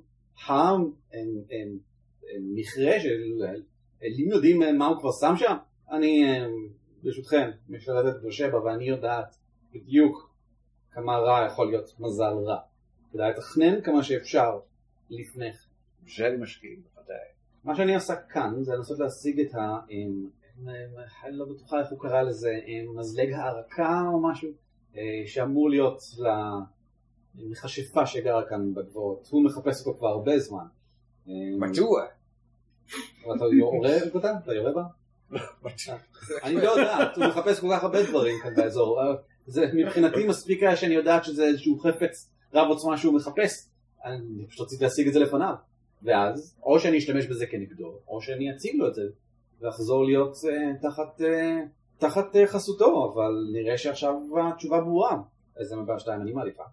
המכרה של... אלים יודעים מה הוא כבר שם שם? אני, ברשותכם, משרתת את בשבע, ואני יודעת בדיוק כמה רע יכול להיות מזל רע. כדאי לתכנן כמה שאפשר לפני כן. בשביל משקיעים, בוודאי. מה שאני עושה כאן זה לנסות להשיג את ה... אני לא בטוחה איך הוא קרא לזה, מזלג הערקה או משהו, שאמור להיות למכשפה שגרה כאן בגבורות. הוא מחפש אותו כבר הרבה זמן. בטוח. אתה יורה אותה? אתה יורה בה? אני לא יודעת, הוא מחפש כל כך הרבה דברים כאן באזור. מבחינתי מספיק היה שאני יודעת שזה איזשהו חפץ רב עוצמה שהוא מחפש. אני פשוט רציתי להשיג את זה לפניו. ואז, או שאני אשתמש בזה כנגדו, או שאני אציג לו את זה, ואחזור להיות תחת חסותו, אבל נראה שעכשיו התשובה ברורה. אז זה מבא שתיים, אני מעדיפה.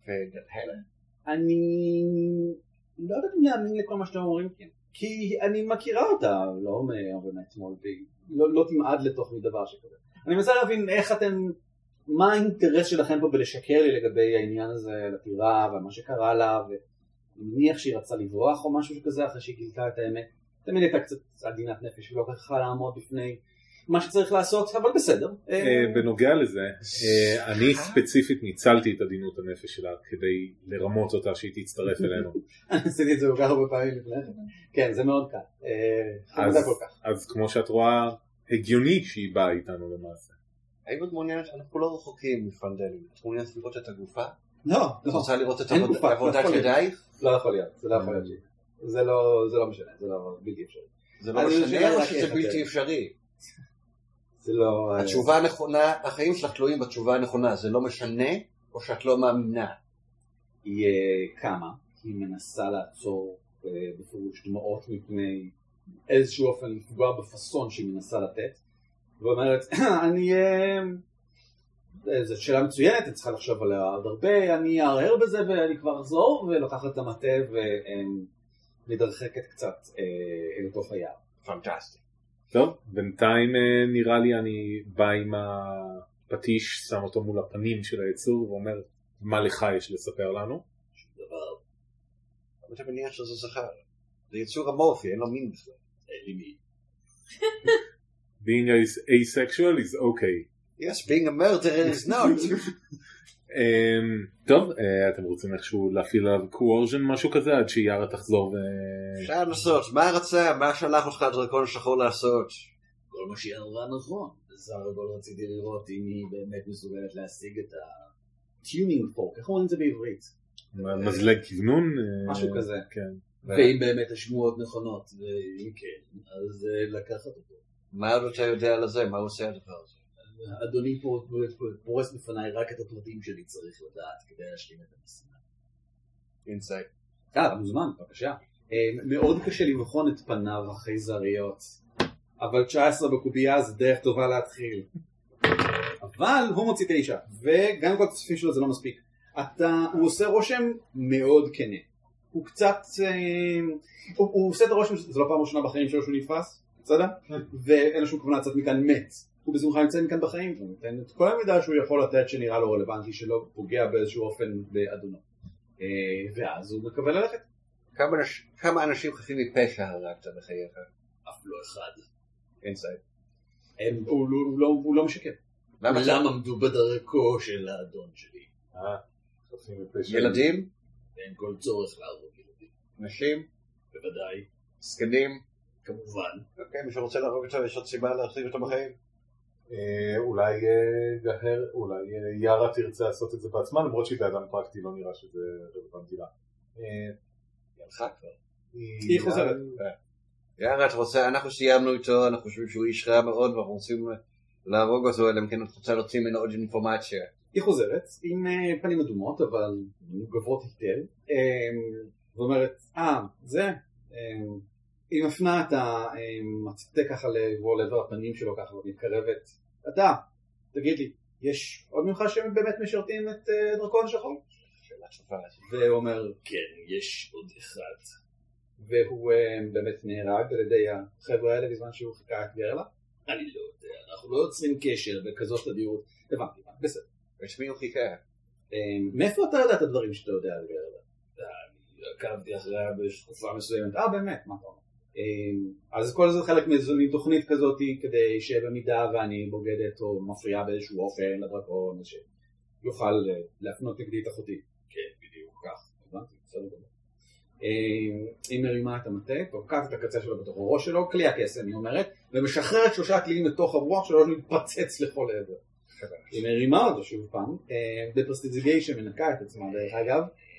אני לא יודעת אם להאמין לכל מה שאתם אומרים, כן. כי אני מכירה אותה, לא מאתמול, ולא לא תמעד לתוך מדבר שכזה. אני מנסה להבין איך אתם, מה האינטרס שלכם פה בלשקר לי לגבי העניין הזה, לטירה, ומה שקרה לה, ומניח שהיא רצה לברוח או משהו שכזה, אחרי שהיא גילתה את האמת. תמיד הייתה קצת עדינת נפש, ולא ככה לעמוד בפני מה שצריך לעשות, אבל בסדר. בנוגע לזה, אני ספציפית ניצלתי את עדינות הנפש שלה כדי לרמות אותה שהיא תצטרף אלינו. אני עשיתי את זה כל כך הרבה פעמים לפני כן. כן, זה מאוד קל. אז כמו שאת רואה, הגיוני שהיא באה איתנו למעשה. האם את מעוניינת, אנחנו לא רחוקים מפנדלים, את מעוניינת לראות את הגופה? לא. את רוצה לראות את עבודת ידייך? לא יכול להיות, זה לא יכול להיות. זה לא משנה, זה לא בלתי אפשרי. זה לא משנה או שזה בלתי אפשרי? זה לא... התשובה הנכונה, החיים שלך תלויים בתשובה הנכונה, זה לא משנה או שאת לא מאמינה? היא קמה, היא מנסה לעצור בפירוש דמעות מפני איזשהו אופן לפגוע בפסון שהיא מנסה לתת, ואומרת, אני... זו שאלה מצוינת, אני צריכה לחשוב עליה עוד הרבה, אני אערער בזה ואני כבר אחזור, ולוקחת את המטה ומדרחקת קצת אל אותו היער. פנטסטי. טוב, בינתיים נראה לי אני בא עם הפטיש, שם אותו מול הפנים של היצור ואומר, מה לך יש לספר לנו? דבר. אבל אתה מניח שזה זכר. זה יצור אמורפי, אין לו מין בכלל. אין לי מין. Being asexual is okay. Yes, being a murderer is not. טוב, אתם רוצים איכשהו להפעיל עליו קוורז'ן משהו כזה עד שיארה תחזור ו... אפשר לעשות, מה רצה? מה שלח לך הדרקון השחור לעשות? כל מה שהיא אמרה נכון. בסך הכל רציתי לראות אם היא באמת מסוגלת להשיג את ה-tuning fork, איך אומרים את זה בעברית? מזלג כוונון? משהו כזה. כן. ואם באמת השמועות נכונות, ואם כן, אז לקחת אותו. מה עוד אתה יודע על זה? מה הוא עושה הדבר הזה? אדוני פה פורס בפניי רק את הפרטים שלי צריך לדעת כדי להשלים את המשימה. אינסייט. אה, אתה מוזמן, בבקשה. מאוד קשה לבחון את פניו החייזריות, אבל תשע עשרה בקובייה זה דרך טובה להתחיל. אבל הוא מוציא תשע, וגם עם כל התוספים שלו זה לא מספיק. הוא עושה רושם מאוד כנה. הוא קצת... הוא עושה את הרושם, זה לא פעם ראשונה בחיים שלו שהוא נתפס, בסדר? ואין לו שום כוונה לצאת מכאן מת. הוא בזמחה נמצא מכאן בחיים, הוא נותן את כל המידע שהוא יכול לתת שנראה לו רלוונטי, שלא פוגע באיזשהו אופן באדונו. ואז הוא מקבל ללכת. כמה אנשים חפים מפשע הרגת בחייך? אף לא אחד. אינסייט. הוא לא משקר. למה עמדו בדרכו של האדון שלי? אה, ילדים? אין כל צורך להרוג ילדים. נשים? בוודאי. זקנים? כמובן. אוקיי, מי שרוצה להרוג אותו יש עוד סיבה להחזיר אותו בחיים? אולי גהר, אולי יארה תרצה לעשות את זה בעצמה, למרות שהיא באדם פרקטי, לא נראה שזה רלוונטי לה. היא הלכה כבר. היא חוזרת. יארה, אתה רוצה, אנחנו סיימנו איתו, אנחנו חושבים שהוא איש רע מאוד, ואנחנו רוצים להרוג אותו, אלא אם כן את רוצה להוציא ממנו עוד אינפורמציה. היא חוזרת עם פנים אדומות, אבל גוברות היטב, ואומרת, אה, זה, היא מפנה את המצטה ככה לעבור לעבר הפנים שלו ככה, ומתקרבת, אתה, תגיד לי, יש עוד ממך שהם באמת משרתים את דרקון שחור? שאלה טובה. והוא אומר, כן, יש עוד אחד. והוא באמת נהרג על ידי החבר'ה האלה בזמן שהוא חיכה את גרלה? אני לא יודע, אנחנו לא יוצרים קשר בכזאת תדירות. הבנתי, בסדר. את מי הוא חיכה? מאיפה אתה יודע את הדברים שאתה יודע על גרלה? אני עקבתי אחריה בתקופה מסוימת. אה, באמת, מה אתה אומר? אז כל זה חלק מאיזושהי תוכנית כזאת כדי שבמידה ואני בוגדת או מפריעה באיזשהו אופן לדרקון שיוכל להפנות נגדי את אחותי. כן, בדיוק כך. הבנתי, בסדר גמור. היא מרימה את המטה, תוקעת את הקצה שלו בתוך הראש שלו, כלי הקסם היא אומרת, ומשחררת שלושה כלים לתוך הרוח שלו להתפצץ לכל עבר. היא מרימה אותו שוב פעם, בפרסטיג'יישן מנקה את עצמה דרך אגב,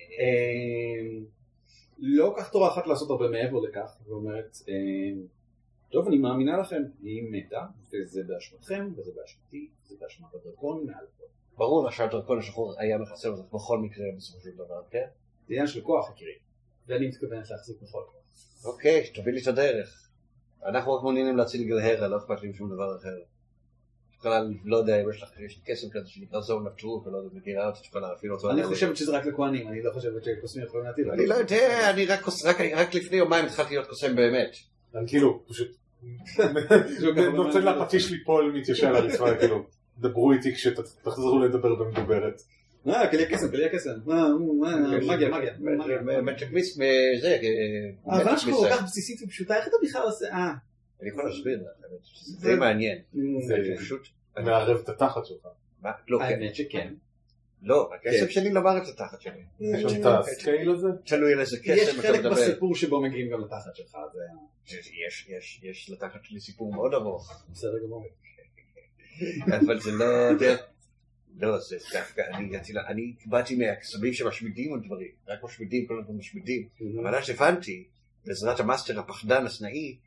לא כך טורחת לעשות הרבה מעבר לכך, ואומרת, טוב, אני מאמינה לכם, היא מתה, וזה באשמתכם, וזה באשמתי, וזה באשמת הדרקון מעל הכל. ברור שהדרקון השחור היה מחסל אותך בכל מקרה בסופו של דבר, כן? זה עניין של כוח, יקירי, ואני מתכוונת להחזיק בכל כוח. אוקיי, תביא לי את הדרך. אנחנו רק מעוניינים להציל גלהרה, לא אכפת לי משום דבר אחר. תוכל, לא יודע, אם יש לך קסם כזה שנקרא זון נפטרוף, ולא יודע, מכירה אותה, תוכל להפעיל אותו. אני חושבת שזה רק לכהנים, אני לא חושבת שקוסמים יכולים להטיל. אני לא יודע, אני רק לפני יומיים התחלתי להיות קוסם באמת. אני כאילו, פשוט נותן לה פטיש ליפול, מתיישב על הרצפה, כאילו, דברו איתי כשתחזרו לדבר במדוברת. אה, כלי הקסם, כלי הקסם. מגיה, מגיה. מצ'קמיס, זה... ההבנה שלך כל כך בסיסית ופשוטה, איך אתה בכלל עושה... אה. אני יכול להסביר לך, זה מעניין. זה פשוט... מערב את התחת שלך. מה? לא, האמת שכן. לא, הקסם שלי לא מערב את התחת שלי. יש שם את הסקייל הזה? תלוי על איזה קסם יש אתה חלק מדבר. בסיפור שבו מגיעים גם לתחת שלך, זה... יש, יש, יש לתחת שלי סיפור מאוד ארוך. בסדר גמור. אבל זה לא... לא, זה דווקא, אני באתי מהקסמים שמשמידים על דברים, רק משמידים, כל הזמן משמידים. אבל אז הבנתי, בעזרת המאסטר הפחדן הסנאי,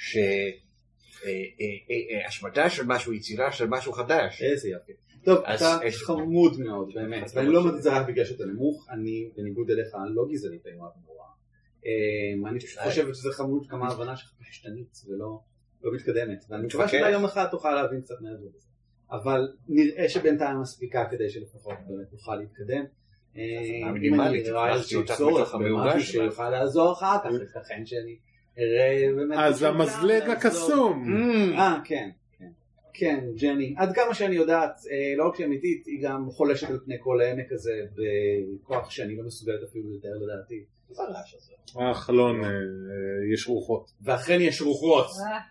שהשמדה של משהו, יצירה של משהו חדש. איזה יפי. טוב, אתה חמוד מאוד, באמת, ואני לא מודד את זה רק בגלל שאתה נמוך, אני, בניגוד אליך, לא גזענית היום עבורה. אני חושבת שזה חמוד כמה הבנה שלך פשטנית ולא מתקדמת, ואני מקווה שאתה יום אחד תוכל להבין קצת מעבר לזה. אבל נראה שבינתיים מספיקה כדי שלפחות באמת נוכל להתקדם. אם אני אראה איזושהי צורך במשהו שיוכל לעזור אחר כך, לכן שאני אראה באמת... אז המזלג הקסום. אה, כן. כן, ג'ני. עד כמה שאני יודעת, לא רק שהיא אמיתית, היא גם חולשת על פני כל העמק הזה בכוח שאני לא מסוגלת אפילו לתאר לדעתי. זה רעש הזה. החלון, יש רוחות. ואכן יש רוחות.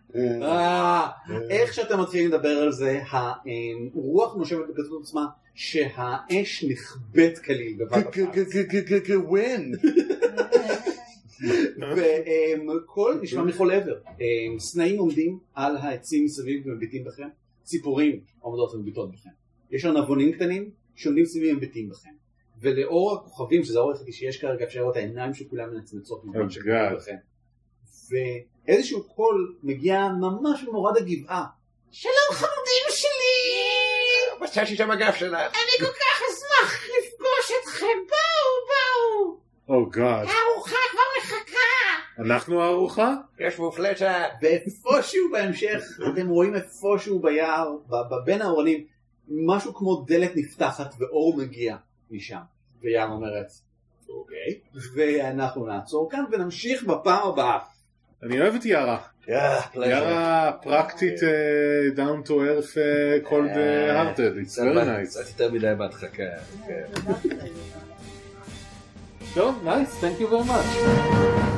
איך שאתם מתחילים לדבר על זה, הרוח נושבת בכזאת עצמה שהאש נכבט כליל בבת אחת. גוון. וכל נשמע מכל עבר. סנאים עומדים על העצים מסביב ומביטים בכם, ציפורים עומדות ומביטות בכם. יש ארנבונים קטנים שעומדים סביב ומביטים בכם. ולאור הכוכבים, שזה האור היחידי שיש כרגע, אפשר לראות העיניים שכולם מנצמצות ממש שכולם לכם. ואיזשהו קול מגיע ממש ממורד הגבעה. שלום חמודים שלי! מצאתי שם הגף שלך. אני כל כך אשמח לפגוש אתכם, בואו, בואו! או גאד. הארוחה כבר מחכה! אנחנו הארוחה? יש מופלטה. ואיפשהו בהמשך, אתם רואים איפשהו ביער, בין האורנים, משהו כמו דלת נפתחת ואור מגיע משם. וים אומרת, אוקיי, ואנחנו נעצור כאן ונמשיך בפעם הבאה. אני אוהב את יארה. יארה פרקטית, down to earth, cold hearted. It's very nice. קצת יותר מדי בהדחקה. טוב, nice, thank you very much.